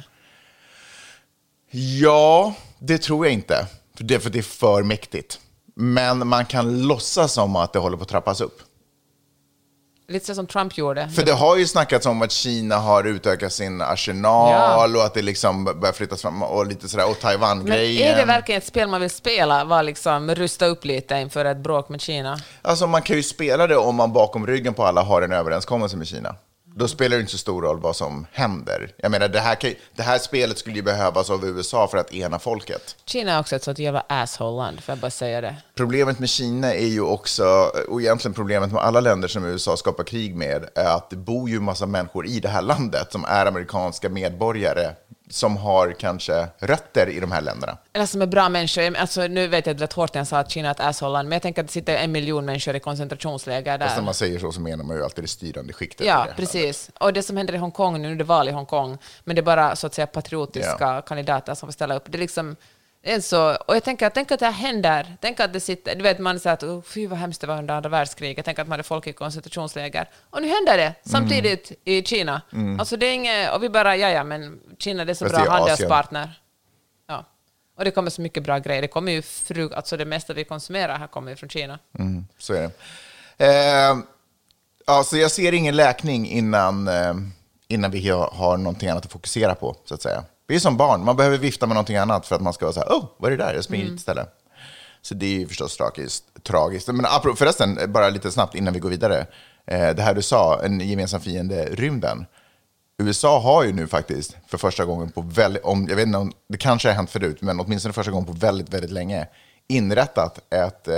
Speaker 1: Ja, det tror jag inte. För det är för mäktigt. Men man kan låtsas som att det håller på att trappas upp.
Speaker 2: Lite så som Trump gjorde.
Speaker 1: För det har ju snackats om att Kina har utökat sin arsenal och att det liksom börjar flyttas fram och lite sådär, och Taiwan-grejen.
Speaker 2: Men är det verkligen ett spel man vill spela? Var liksom rusta upp lite inför ett bråk med Kina?
Speaker 1: Alltså man kan ju spela det om man bakom ryggen på alla har en överenskommelse med Kina. Då spelar det inte så stor roll vad som händer. Jag menar, det här spelet skulle ju behövas av USA för att ena folket.
Speaker 2: Kina är också ett sånt jävla asshole-land, får jag bara säga det.
Speaker 1: Problemet med Kina är ju också, och egentligen problemet med alla länder som USA skapar krig med, är att det bor ju massa människor i det här landet som är amerikanska medborgare som har kanske rötter i de här länderna.
Speaker 2: Eller som är bra människor. Alltså, nu vet jag att det var hårt när jag sa att Kina är ett asshole-land, men jag tänker att det sitter 1 miljon människor i koncentrationsläger där.
Speaker 1: Fast när man säger så menar man ju alltid det styrande skiktet.
Speaker 2: Ja, precis. Och det som händer i Hongkong nu, det är val i Hongkong, men det är bara så att säga patriotiska kandidater som får ställa upp. Det är liksom så, och jag tänker att det här händer. Tänk att det sitter, du vet, man säger att fy vad hemskt det var under andra världskriget. Tänk att man hade folk i koncentrationsläger. Och nu händer det samtidigt i Kina. Alltså det är inget, och vi bara, men Kina det är så
Speaker 1: fast
Speaker 2: bra handelspartner. Ja. Och det kommer så mycket bra grejer. Det kommer ju alltså det mesta vi konsumerar här kommer ju från Kina.
Speaker 1: Så är det. Alltså jag ser ingen läkning innan vi har någonting annat att fokusera på, så att säga. Vi är som barn, man behöver vifta med någonting annat för att man ska vara så här, vad är det där? Jag springer dit istället. Så det är ju förstås tragiskt. Men förresten, bara lite snabbt innan vi går vidare. Det här du sa, en gemensam fiende, rymden. USA har ju nu faktiskt för första gången på jag vet inte om det kanske har hänt förut, men åtminstone första gången på väldigt, väldigt länge inrättat ett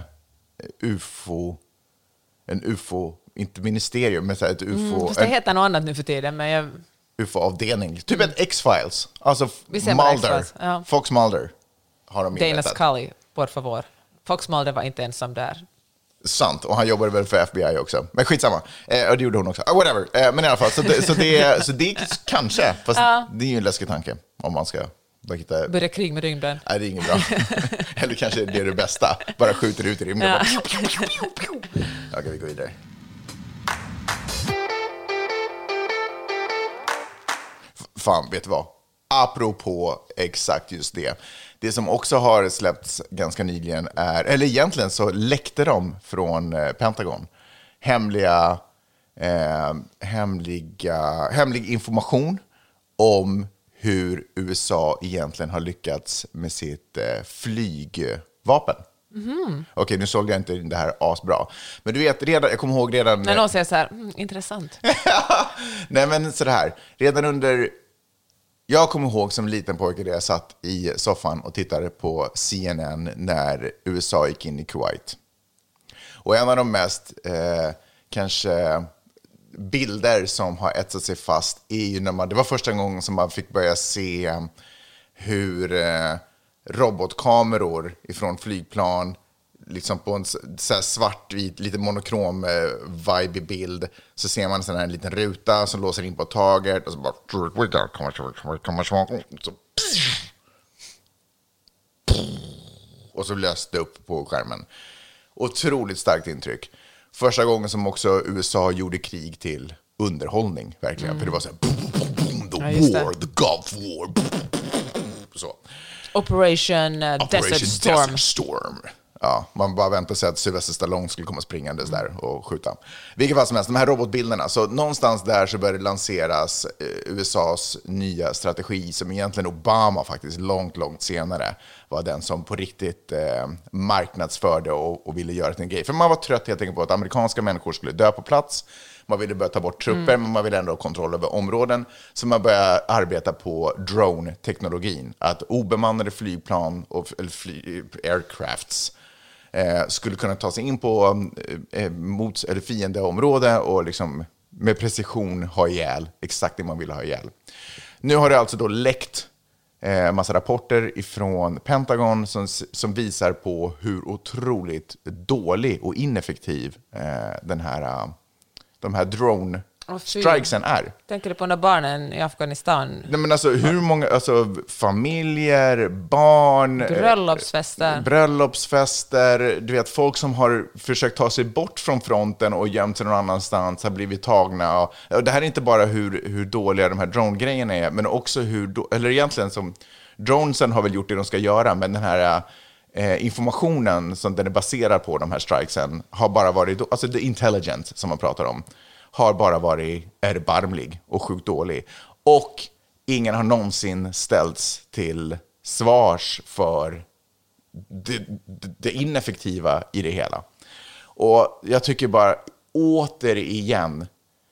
Speaker 1: UFO, inte ministerium, men ett UFO.
Speaker 2: Fast det heter något annat nu för tiden, men
Speaker 1: UFO-avdelning. Typ ett X-Files. Alltså
Speaker 2: Mulder.
Speaker 1: Fox Mulder har de inrättat.
Speaker 2: Dana Scully, por favor. Fox Mulder var inte ensam där.
Speaker 1: Sant, och han jobbade väl för FBI också. Men skitsamma. Och det gjorde hon också. Whatever. Men i alla fall, så det kanske, fast det är ju en läskig tanke om man ska
Speaker 2: börja krig med rymden.
Speaker 1: Nej, det är inget bra. Eller kanske det är det bästa. Bara skjuter ut i rymden. Okej, vi går vidare. Fan, vet du vad? Apropå exakt just det. Det som också har släppts ganska nyligen är, eller egentligen så läckte de från Pentagon. Hemlig information om hur USA egentligen har lyckats med sitt flygvapen. Okej, nu såg jag inte det här asbra. Men du vet, jag kommer ihåg redan...
Speaker 2: När någon säger så här, intressant.
Speaker 1: Nej, men så här. Redan under... Jag kommer ihåg som liten pojke där jag satt i soffan och tittade på CNN när USA gick in i Kuwait. Och en av de mest kanske bilder som har etsat sig fast är ju när det var första gången som man fick börja se hur robotkameror ifrån flygplan liksom på en så här svartvit, lite monokrom vibe bild, så ser man en liten ruta som låser in på taget och så bara och så löste upp på skärmen. Otroligt starkt intryck. Första gången som också USA gjorde krig till underhållning, verkligen. För det var så här, the Gulf War. Så.
Speaker 2: Operation Desert
Speaker 1: Storm. Ja, man bara väntar sig att Sylvester Stallone skulle komma springandes där och skjuta. Vilket fall som helst, de här robotbilderna. Så någonstans där så började lanseras USAs nya strategi som egentligen Obama faktiskt långt senare var den som på riktigt marknadsförde och ville göra till en grej. För man var trött helt enkelt på att amerikanska människor skulle dö på plats. Man ville börja ta bort trupper, men man ville ändå ha kontroll över områden. Så man började arbeta på drone-teknologin. Att obemannade flygplan eller aircrafts skulle kunna ta sig in på eller fiendeområde och liksom med precision ha ihjäl exakt det man ville ha ihjäl. Nu har det alltså då läckt massa rapporter ifrån Pentagon som visar på hur otroligt dålig och ineffektiv de här drone-strikesen är.
Speaker 2: Tänker du på när barnen i Afghanistan?
Speaker 1: Nej, men alltså hur många, alltså familjer, barn, bröllopsfester, du vet, folk som har försökt ta sig bort från fronten och gömt sig någon annanstans har blivit tagna. Och det här är inte bara hur dåliga de här drone-grejerna är, men också eller egentligen som dronesen har väl gjort det de ska göra, men den här informationen som den är baserad på, de här strikesen, har bara varit, alltså the intelligence som man pratar om, har bara varit erbarmlig och sjukt dålig. Och ingen har någonsin ställts till svars för det ineffektiva i det hela. Och jag tycker bara återigen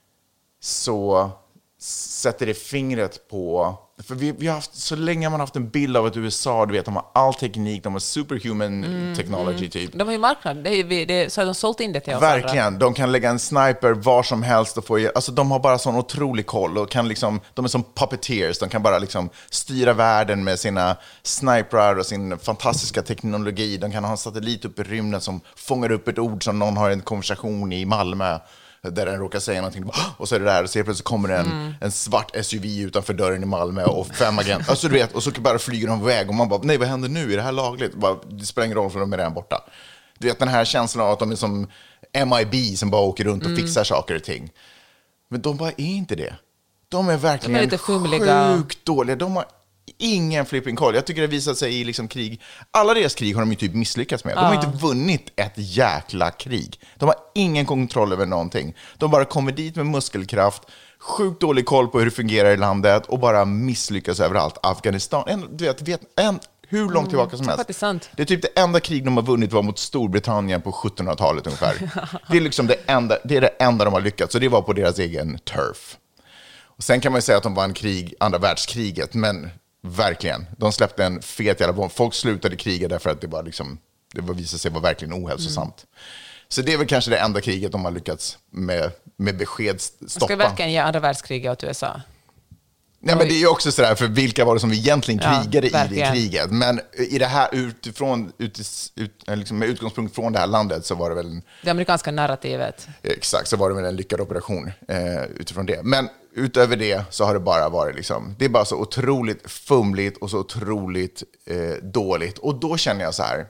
Speaker 1: så sätter det fingret på... För vi har haft, så länge man har haft en bild av ett USA, du vet, de har all teknik, de har superhuman technology typ.
Speaker 2: De har ju marknad, så har de sålt in det till oss.
Speaker 1: Verkligen, de kan lägga en sniper var som helst och få, alltså de har bara sån otrolig koll och kan liksom, de är som puppeteers, de kan bara liksom styra världen med sina sniprar och sin fantastiska teknologi. De kan ha en satellit uppe i rymden som fångar upp ett ord som någon har en konversation i Malmö där den råkar säga någonting, och så är det där, och så plötsligt kommer en svart SUV utanför dörren i Malmö och 5 agenter, alltså du vet, och så bara flyger de iväg och man bara, nej, vad händer nu, är det här lagligt? Bara, det spelar ingen roll för de är redan borta. Du vet, den här känslan av att de är som MIB som bara åker runt och fixar saker och ting. Men de bara är inte det. De är verkligen sjukt dåliga. De har ingen flipping koll. Jag tycker det visar sig i liksom krig. Alla deras krig har de ju typ misslyckats med. De har inte vunnit ett jäkla krig. De har ingen kontroll över någonting. De bara kommer dit med muskelkraft, sjukt dålig koll på hur det fungerar i landet och bara misslyckas överallt. Afghanistan, du vet hur långt tillbaka som helst. Det är typ det enda krig de har vunnit var mot Storbritannien på 1700-talet ungefär. Det är liksom det är det enda de har lyckats, och det var på deras egen turf. Och sen kan man ju säga att de vann andra världskriget, men verkligen, de släppte en fet jävla bomb. Folk slutade kriga därför att det visade sig vara verkligen ohälsosamt. Så det är väl kanske det enda kriget de har lyckats med besked stoppa.
Speaker 2: Ska verkligen ge andra världskriget åt USA?
Speaker 1: Nej, men det är ju också sådär, för vilka var det som vi egentligen krigade i det kriget? Men i det här liksom med utgångspunkt från det här landet så var det väl...
Speaker 2: Det amerikanska narrativet.
Speaker 1: Exakt, så var det väl en lyckad operation utifrån det. Men utöver det så har det bara varit liksom... Det är bara så otroligt fumligt och så otroligt dåligt. Och då känner jag så här...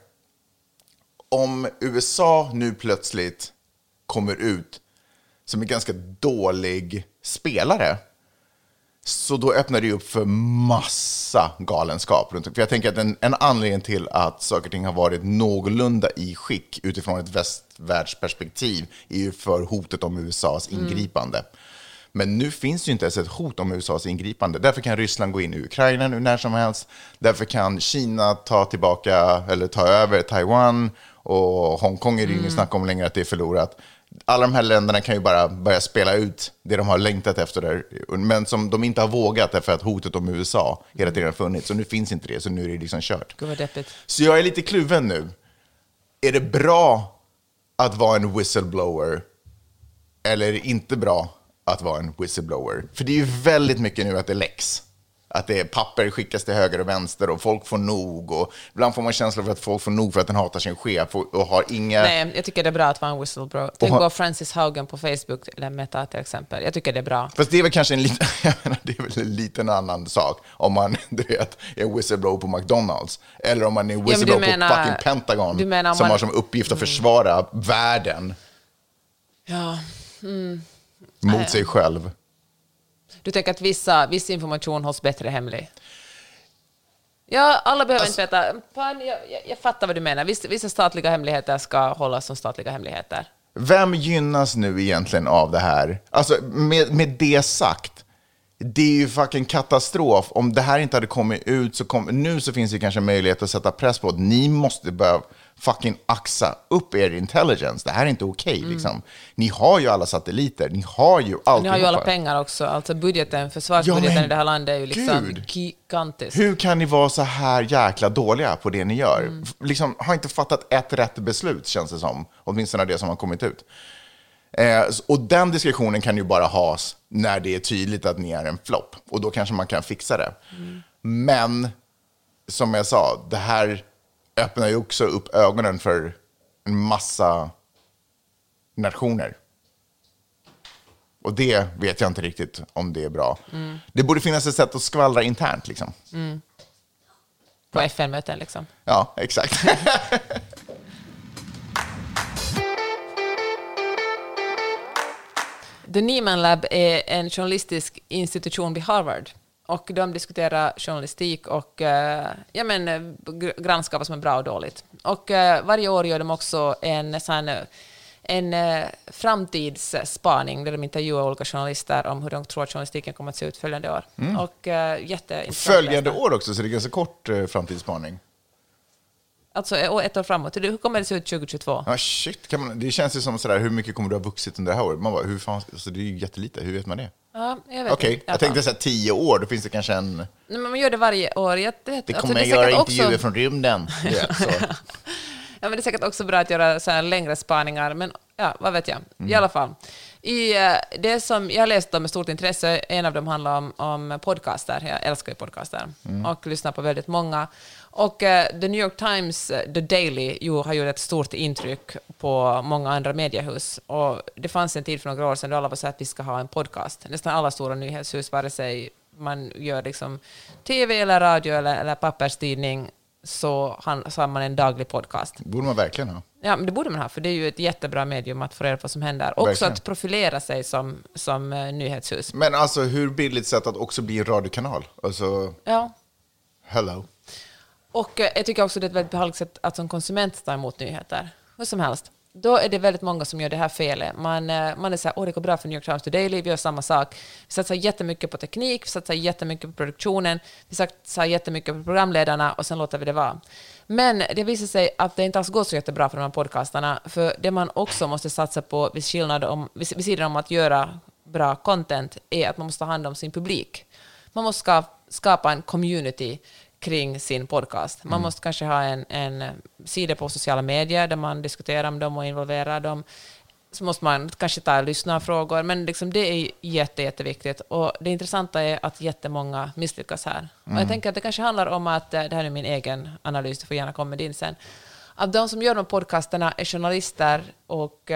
Speaker 1: Om USA nu plötsligt kommer ut som en ganska dålig spelare, så då öppnar det upp för massa galenskap runt. För jag tänker att en anledning till att saker och ting har varit någorlunda i skick utifrån ett västvärldsperspektiv är ju för hotet om USAs ingripande. Men nu finns ju inte ens ett hot om USAs ingripande. Därför kan Ryssland gå in i Ukraina nu när som helst. Därför kan Kina ta över Taiwan, och Hongkong är det ingen snack om längre att det är förlorat. Alla de här länderna kan ju bara börja spela ut det de har längtat efter där, men som de inte har vågat därför att hotet om USA hela tiden har funnits. Så nu finns inte det, så nu är det liksom kört.
Speaker 2: Gud vad deppigt.
Speaker 1: Så jag är lite kluven nu. Är det bra att vara en whistleblower eller är det inte bra att vara en whistleblower? För det är ju väldigt mycket nu att det läcks. Att det är papper skickas till höger och vänster och folk får nog. Och ibland får man känslan för att folk får nog för att den hatar sin chef och har inga...
Speaker 2: Nej, jag tycker det är bra att vara en whistleblower. Tänk på Francis Haugen på Facebook eller Meta till exempel. Jag tycker det är bra.
Speaker 1: Fast det är väl kanske det är väl en liten annan sak om man är en whistleblower på McDonalds eller om man är en whistleblower på fucking Pentagon som har som uppgift att försvara världen mot sig själv.
Speaker 2: Du tänker att viss information hålls bättre hemlig? Ja, alla behöver inte veta. Jag fattar vad du menar. Vissa statliga hemligheter ska hållas som statliga hemligheter.
Speaker 1: Vem gynnas nu egentligen av det här? Alltså, med det sagt, det är ju fucking katastrof. Om det här inte hade kommit ut nu så finns det kanske möjlighet att sätta press på att ni måste börja fucking axa upp er intelligence. Det här är inte okej, liksom. Ni har ju alla satelliter. Ni har ju allt.
Speaker 2: Ni har ju alla pengar också. Alltså försvarsbudgeten i det här landet är ju liksom gigantisk.
Speaker 1: Hur kan ni vara så här jäkla dåliga på det ni gör? Liksom, har inte fattat ett rätt beslut, känns det som. Åtminstone det som har kommit ut. Och den diskussionen kan ju bara has när det är tydligt att ni är en flopp. Och då kanske man kan fixa det. Men, som jag sa, det här öppnar ju också upp ögonen för en massa nationer. Och det vet jag inte riktigt om det är bra. Det borde finnas ett sätt att skvallra internt, liksom.
Speaker 2: På FN-möten, liksom.
Speaker 1: Ja, exakt.
Speaker 2: The Nieman Lab är en journalistisk institution vid Harvard. Och de diskuterar journalistik och granskar vad som är bra och dåligt. Och varje år gör de också en framtidsspaning där de intervjuar olika journalister om hur de tror att journalistiken kommer att se ut följande år. Och jätteintressant.
Speaker 1: Följande år också, så det är ganska kort framtidsspaning.
Speaker 2: Alltså ett år framåt. Hur kommer det se ut 2022?
Speaker 1: Ja, shit. Det känns ju som sådär, hur mycket kommer du ha vuxit under det här året? Man bara, hur fan, alltså, det är ju jättelite. Hur vet man det?
Speaker 2: Ja, jag vet.
Speaker 1: Okej, jag tänkte så här 10 år, då finns det kanske en...
Speaker 2: Nej, men man gör det varje år.
Speaker 1: Det kommer att göra intervjuer från rymden. Så.
Speaker 2: Ja, men det är säkert också bra att göra så här längre spaningar, men ja, vad vet jag. I alla fall. Det som jag har läst med stort intresse, en av dem handlar om podcaster. Jag älskar ju podcaster och lyssnar på väldigt många. Och The New York Times, The Daily, har gjort ett stort intryck på många andra mediehus. Och det fanns en tid för några år sedan då alla var så att vi ska ha en podcast. Nästan alla stora nyhetshus, vare sig man gör liksom tv eller radio eller papperstidning, så har man en daglig podcast.
Speaker 1: Det borde man verkligen ha.
Speaker 2: Ja, men det borde man ha, för det är ju ett jättebra medium att få reda på vad som händer. Också verkligen. Att profilera sig som nyhetshus.
Speaker 1: Men alltså, hur billigt sätt att också bli en radiokanal? Alltså,
Speaker 2: ja.
Speaker 1: Hello.
Speaker 2: Och jag tycker också det är ett väldigt behagligt sätt att som konsument ta emot nyheter. Hur som helst. Då är det väldigt många som gör det här felet. Man är så här, det går bra för New York Times Daily, vi gör samma sak. Vi satsar jättemycket på teknik, vi satsar jättemycket på produktionen, vi satsar jättemycket på programledarna och sen låter vi det vara. Men det visar sig att det inte alls går så jättebra för de här podcastarna, för det man också måste satsa på vid sidan om att göra bra content är att man måste ta hand om sin publik. Man måste skapa en community kring sin podcast. Man måste kanske ha en sida på sociala medier där man diskuterar om dem och involverar dem. Så måste man kanske ta lyssnarfrågor, men liksom det är jätteviktigt. Och det intressanta är att jättemånga misslyckas här. Och jag tänker att det kanske handlar om att, det här är min egen analys, du får gärna komma med din sen, att de som gör de podcasterna är journalister och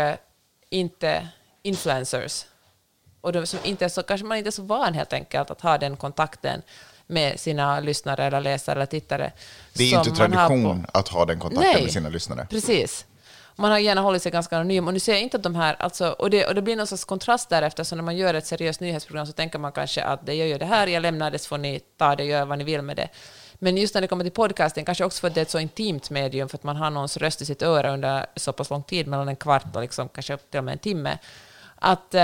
Speaker 2: inte influencers. Och de som inte är så, kanske man inte är så van helt enkelt att ha den kontakten med sina lyssnare eller läsare eller tittare.
Speaker 1: Det är ju inte tradition att ha den kontakten med sina lyssnare.
Speaker 2: Precis. Man har gärna hållit sig ganska anonym. Och nu ser jag inte att de här... Alltså, och det blir någon sorts kontrast därefter. Så när man gör ett seriöst nyhetsprogram så tänker man kanske att jag gör det här, jag lämnar det, så får ni ta det och göra vad ni vill med det. Men just när det kommer till podcasting, kanske också för att det är ett så intimt medium, för att man har någons röst i sitt öra under så pass lång tid, mellan en kvart och liksom, kanske till och med en timme, att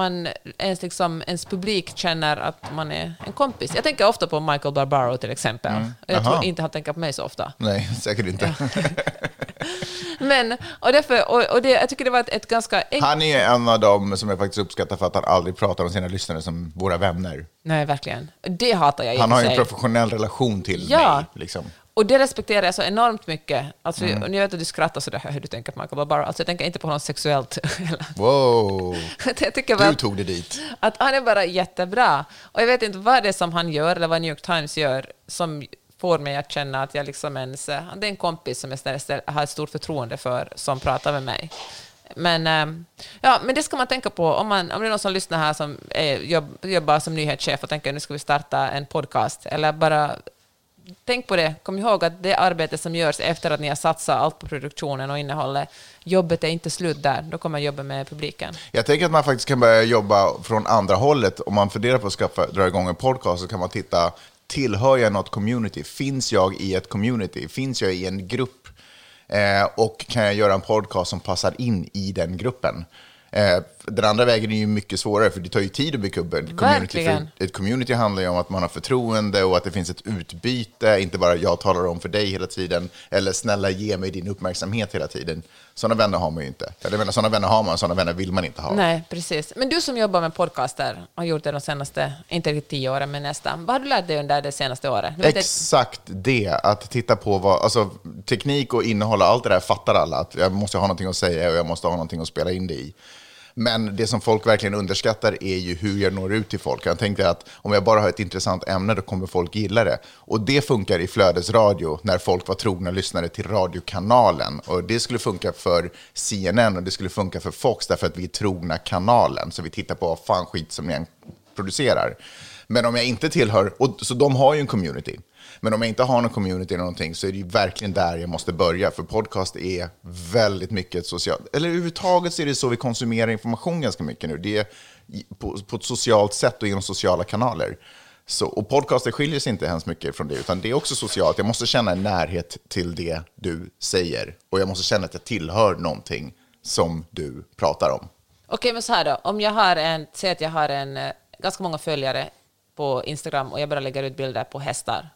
Speaker 2: ens publik känner att man är en kompis. Jag tänker ofta på Michael Barbaro till exempel. Jag tror inte han tänker på mig så ofta.
Speaker 1: Nej, säkert inte.
Speaker 2: Men, jag tycker det var ett ganska...
Speaker 1: Han är en av dem som jag faktiskt uppskattar för att han aldrig pratar om sina lyssnare som våra vänner.
Speaker 2: Nej, verkligen. Det hatar jag.
Speaker 1: Han har ju en professionell relation till mig. Liksom.
Speaker 2: Och det respekterar jag så enormt mycket. Alltså, jag vet att du skrattar så där hur du tänker på Michael Barbaro. Alltså, jag tänker inte på honom sexuellt.
Speaker 1: Wow,
Speaker 2: jag tycker bara
Speaker 1: du tog det dit.
Speaker 2: att han är bara jättebra. Och jag vet inte vad det är som han gör eller vad New York Times gör som får mig att känna att jag liksom det är en kompis som jag har ett stort förtroende för som pratar med mig. Men det ska man tänka på om det är någon som lyssnar här som jobbar som nyhetschef och tänker nu ska vi starta en podcast eller bara tänk på det. Kom ihåg att det arbete som görs efter att ni har satsat allt på produktionen och innehållet, jobbet är inte slut där. Då kommer man jobba med publiken.
Speaker 1: Jag tänker att man faktiskt kan börja jobba från andra hållet. Om man funderar på att dra igång en podcast så kan man titta, tillhör jag något community? Finns jag i ett community? Finns jag i en grupp? Och kan jag göra en podcast som passar in i den gruppen? Den andra vägen är ju mycket svårare, för det tar ju tid att bygga upp en community. För ett community handlar ju om att man har förtroende och att det finns ett utbyte, inte bara jag talar om för dig hela tiden, eller snälla ge mig din uppmärksamhet hela tiden. Sådana vänner har man ju inte. Eller sådana vänner har man, sådana vänner vill man inte ha.
Speaker 2: Nej, precis. Men du som jobbar med podcaster har gjort det de senaste, inte riktigt 10 åren, men nästan. Vad har du lärt dig under det senaste året?
Speaker 1: Exakt det, att titta på vad, alltså teknik och innehåll, allt det där fattar alla. Att jag måste ha någonting att säga och jag måste ha någonting att spela in det i. Men det som folk verkligen underskattar är ju hur jag når ut till folk. Jag tänkte att om jag bara har ett intressant ämne, då kommer folk gilla det. Och det funkar i flödesradio när folk var trogna lyssnare till radiokanalen. Och det skulle funka för CNN och det skulle funka för Fox därför att vi är trogna kanalen. Så vi tittar på vad fan skit som ni producerar. Men om jag inte tillhör, så de har ju en community. Men om jag inte har någon community eller någonting så är det ju verkligen där jag måste börja. För podcast är väldigt mycket ett socialt... Eller överhuvudtaget så är det så vi konsumerar information ganska mycket nu. Det är på ett socialt sätt och genom sociala kanaler. Och podcaster skiljer sig inte hemskt mycket från det. Utan det är också socialt. Jag måste känna en närhet till det du säger. Och jag måste känna att jag tillhör någonting som du pratar om.
Speaker 2: Okej, men så här då. Om jag säger att jag har ganska många följare på Instagram och jag bara lägger ut bilder på hästar.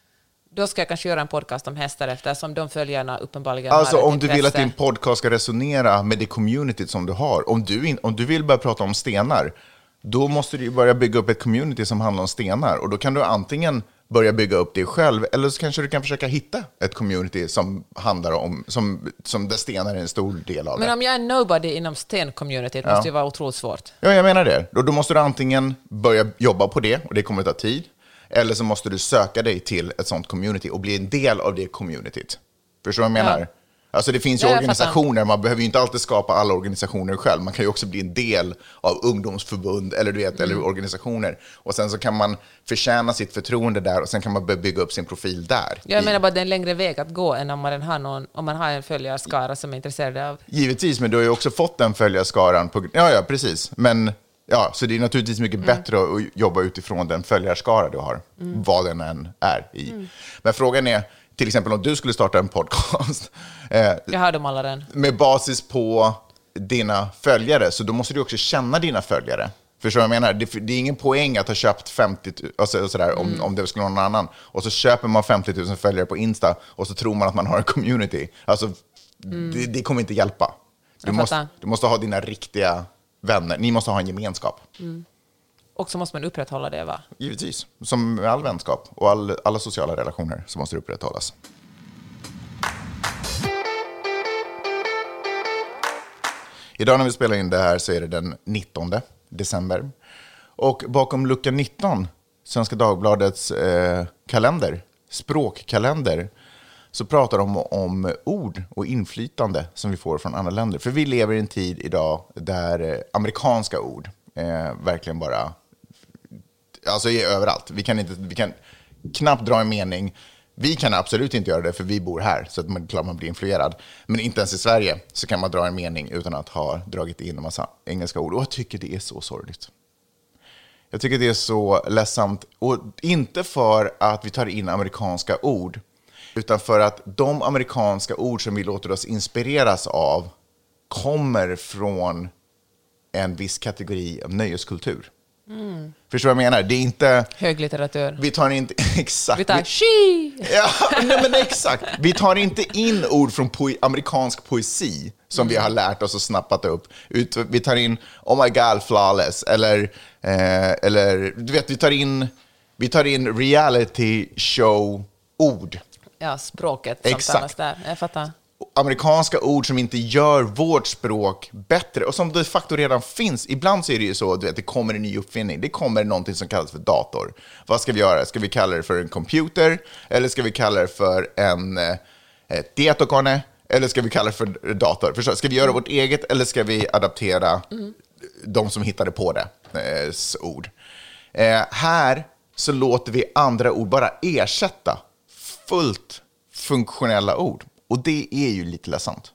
Speaker 2: Då ska jag kanske göra en podcast om hästar eftersom de följarna uppenbarligen
Speaker 1: alltså,
Speaker 2: har ett
Speaker 1: om
Speaker 2: intresse.
Speaker 1: Du vill att din podcast ska resonera med det community som du har. Om du vill börja prata om stenar, då måste du börja bygga upp ett community som handlar om stenar. Och då kan du antingen börja bygga upp det själv, eller så kanske du kan försöka hitta ett community som handlar om, som där stenar är en stor del av det.
Speaker 2: Men om jag är nobody inom sten-communityt måste det vara otroligt svårt.
Speaker 1: Ja, jag menar det. Då måste du antingen börja jobba på det, och det kommer att ta tid. Eller så måste du söka dig till ett sånt community och bli en del av det communityt. Förstår du vad jag menar? Ja. Alltså det finns ju organisationer, man behöver ju inte alltid skapa alla organisationer själv. Man kan ju också bli en del av ungdomsförbund eller organisationer. Och sen så kan man förtjäna sitt förtroende där och sen kan man bygga upp sin profil där.
Speaker 2: Jag menar bara att det är en längre väg att gå än om man har en följarskara som är intresserad av...
Speaker 1: Givetvis, men du har ju också fått den följarskaran. Ja, precis. Men... Ja, så det är naturligtvis mycket bättre att jobba utifrån den följarskara du har, vad den än är i. Men frågan är, till exempel om du skulle starta en podcast
Speaker 2: jag har dem alla redan.
Speaker 1: Med basis på dina följare, så då måste du också känna dina följare. Förstår du vad jag menar? Det är ingen poäng att ha köpt 50 alltså, sådär, om det skulle vara någon annan. Och så köper man 50 000 följare på Insta och så tror man att man har en community. Alltså, det kommer inte hjälpa. Du måste ha dina riktiga... vänner. Ni måste ha en gemenskap.
Speaker 2: Och så måste man upprätthålla det, va?
Speaker 1: Givetvis. Som med all vänskap och alla sociala relationer så måste det upprätthållas. Idag när vi spelar in det här så är det den 19 december. Och bakom lucka 19, Svenska Dagbladets kalender, språkkalender, så pratar de om ord och inflytande som vi får från andra länder. För vi lever i en tid idag där amerikanska ord verkligen bara alltså är överallt. Vi kan knappt dra en mening. Vi kan absolut inte göra det för vi bor här, så att man blir influerad. Men inte ens i Sverige så kan man dra en mening utan att ha dragit in en massa engelska ord. Och jag tycker det är så sorgligt. Jag tycker det är så ledsamt. Och inte för att vi tar in amerikanska ord, utan för att de amerikanska ord som vi låter oss inspireras av kommer från en viss kategori av nöjeskultur. Förstår du vad jag menar? Det är inte...
Speaker 2: höglitteratur.
Speaker 1: Vi tar inte... Exakt.
Speaker 2: Vi tar she!
Speaker 1: Ja, nej, men exakt. Vi tar inte in ord från amerikansk poesi som vi har lärt oss och snappat upp. Vi tar in oh my god, flawless. Eller du vet, vi tar in reality show ord.
Speaker 2: språket som
Speaker 1: Exakt.
Speaker 2: talas där. Jag fattar.
Speaker 1: Amerikanska ord som inte gör vårt språk bättre och som de facto redan finns. Ibland så är det ju så att det kommer en ny uppfinning. Det kommer någonting som kallas för dator. Vad ska vi göra? Ska vi kalla det för en computer? Eller ska vi kalla det för en tietokone? Eller ska vi kalla det för dator? Förstår? Ska vi göra vårt eget eller ska vi adaptera de som hittade på det ord? Här så låter vi andra ord bara ersätta fullt funktionella ord. Och det är ju lite ledsamt.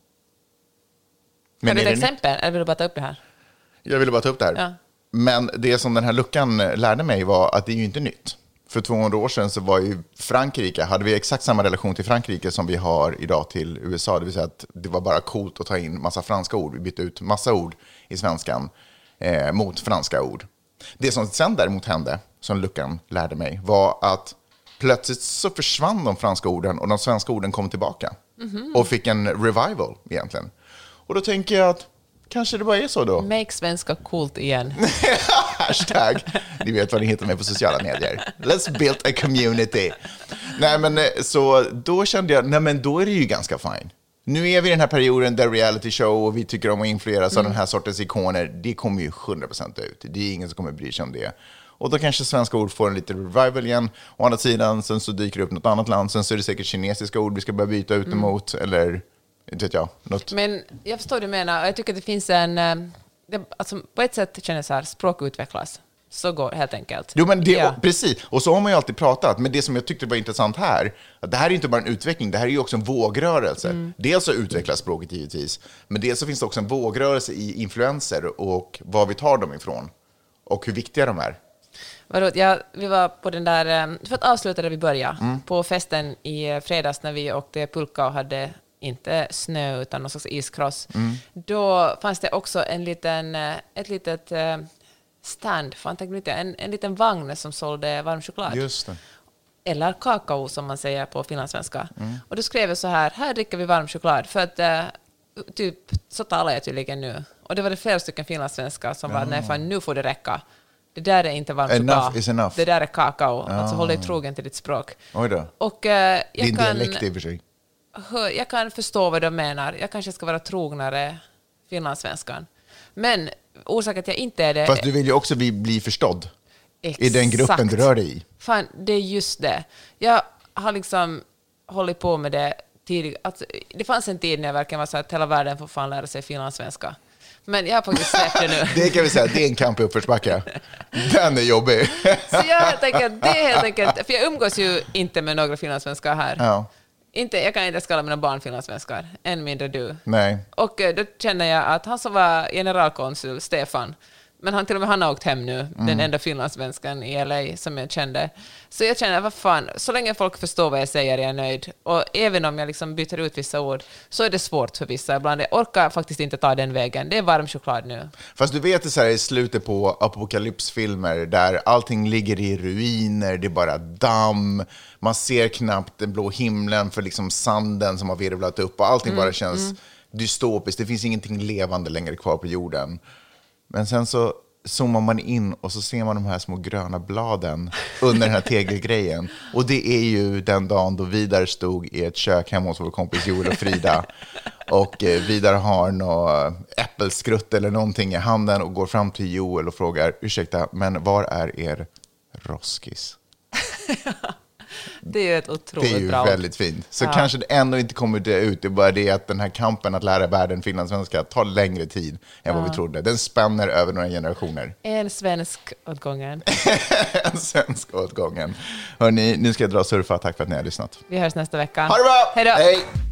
Speaker 2: Har du ett exempel? Eller vill du bara ta upp det här?
Speaker 1: Jag ville bara ta upp det här.
Speaker 2: Ja.
Speaker 1: Men det som den här luckan lärde mig var att det är ju inte nytt. För 200 år sedan så var ju Frankrike, hade vi exakt samma relation till Frankrike som vi har idag till USA. Det vill säga att det var bara coolt att ta in massa franska ord. Vi bytte ut massa ord i svenskan mot franska ord. Det som sen däremot hände, som luckan lärde mig, var att plötsligt så försvann de franska orden och de svenska orden kom tillbaka. Och fick en revival egentligen. Och då tänker jag att kanske det bara är så då.
Speaker 2: Make svenska coolt igen.
Speaker 1: Hashtag. Ni vet vad ni hittar mig på sociala medier. Let's build a community. Nej men så då kände jag, nej men då är det ju ganska fine. Nu är vi i den här perioden där reality show och vi tycker om att influeras av den här sortens ikoner. Det kommer ju 100% ut. Det är ingen som kommer bry sig om det. Och då kanske svenska ord får en liten revival igen. Å andra sidan, sen så dyker det upp något annat land. Sen så är det säkert kinesiska ord vi ska börja byta ut emot. Eller, inte vet jag, något.
Speaker 2: Men jag förstår vad du menar. Jag tycker att det finns en... alltså, på ett sätt känner jag så här, språk utvecklas. Så går helt enkelt.
Speaker 1: Jo, men det,
Speaker 2: Ja.
Speaker 1: precis. Och så har man ju alltid pratat. Men det som jag tyckte var intressant här, att det här är inte bara en utveckling, det här är ju också en vågrörelse. Dels så utvecklas språket givetvis, men dels så finns det också en vågrörelse i influenser och var vi tar dem ifrån och hur viktiga de är.
Speaker 2: Vi var på den där, för att avsluta där vi började, på festen i fredags när vi åkte pulka och hade inte snö utan någon slags iskross. Då fanns det också ett litet stand, en liten vagn som sålde varm choklad.
Speaker 1: Just det.
Speaker 2: Eller kakao som man säger på finlandssvenska. Och då skrev jag så här dricker vi varm choklad för att typ så talar jag tydligen nu. Och det var det flera stycken finlandssvenskar som var, nej fan nu får det räcka. Det där är inte varm choklad.
Speaker 1: Is enough.
Speaker 2: Det där är kakao. Alltså håll dig trogen till ditt språk.
Speaker 1: Oj då.
Speaker 2: Och
Speaker 1: Din dialekt i och för sig.
Speaker 2: jag kan förstå vad de menar. Jag kanske ska vara trognare finlandssvenskan. Men orsaken att jag inte är det...
Speaker 1: Fast du vill ju också bli förstådd.
Speaker 2: Exakt.
Speaker 1: I den gruppen du rör dig i.
Speaker 2: Fan, det är just det. Jag har liksom hållit på med det tidigt. Alltså, det fanns en tid när jag verkligen var så att hela världen får fan lära sig finlandssvenska. Men jag har faktiskt släppt det nu.
Speaker 1: Det kan vi säga, det är en kamp i uppförsbacka. Den är jobbig.
Speaker 2: Så jag tänker att det är helt enkelt... För jag umgås ju inte med några finlandssvenskar här.
Speaker 1: Ja.
Speaker 2: Jag kan inte skala mina barn finlandssvenskar, än mindre du.
Speaker 1: Nej.
Speaker 2: Och då känner jag att han som var generalkonsul, Stefan, men till och med han har åkt hem nu, den enda finlandssvenskan i LA som jag kände. Så jag känner, vad fan, så länge folk förstår vad jag säger är jag nöjd. Och även om jag liksom byter ut vissa ord så är det svårt för vissa ibland. Jag orkar faktiskt inte ta den vägen. Det är varm choklad nu.
Speaker 1: Fast du vet det så här i slutet på apokalypsfilmer där allting ligger i ruiner, det är bara damm, man ser knappt den blå himlen för liksom sanden som har virvlat upp och allting bara känns dystopiskt. Det finns ingenting levande längre kvar på jorden. Men sen så zoomar man in och så ser man de här små gröna bladen under den här tegelgrejen. Och det är ju den dagen då Vidar stod i ett kök hemma hos vår kompis Joel och Frida. Och Vidar har något äppelskrutt eller någonting i handen och går fram till Joel och frågar, ursäkta, men var är er roskis?
Speaker 2: Det är ju ett otroligt
Speaker 1: Det är ju
Speaker 2: bra
Speaker 1: väldigt fint. Så kanske det ändå inte kommer det ut. Det är bara det att den här kampen att lära världen finlandssvenska tar längre tid än vad vi trodde. Den spänner över några generationer.
Speaker 2: En svensk åt gången.
Speaker 1: En svensk åt gången. Hörrni, nu ska jag dra och surfa. Tack för att ni har lyssnat.
Speaker 2: Vi hörs nästa vecka.
Speaker 1: Ha det bra!
Speaker 2: Hej då!
Speaker 1: Hej!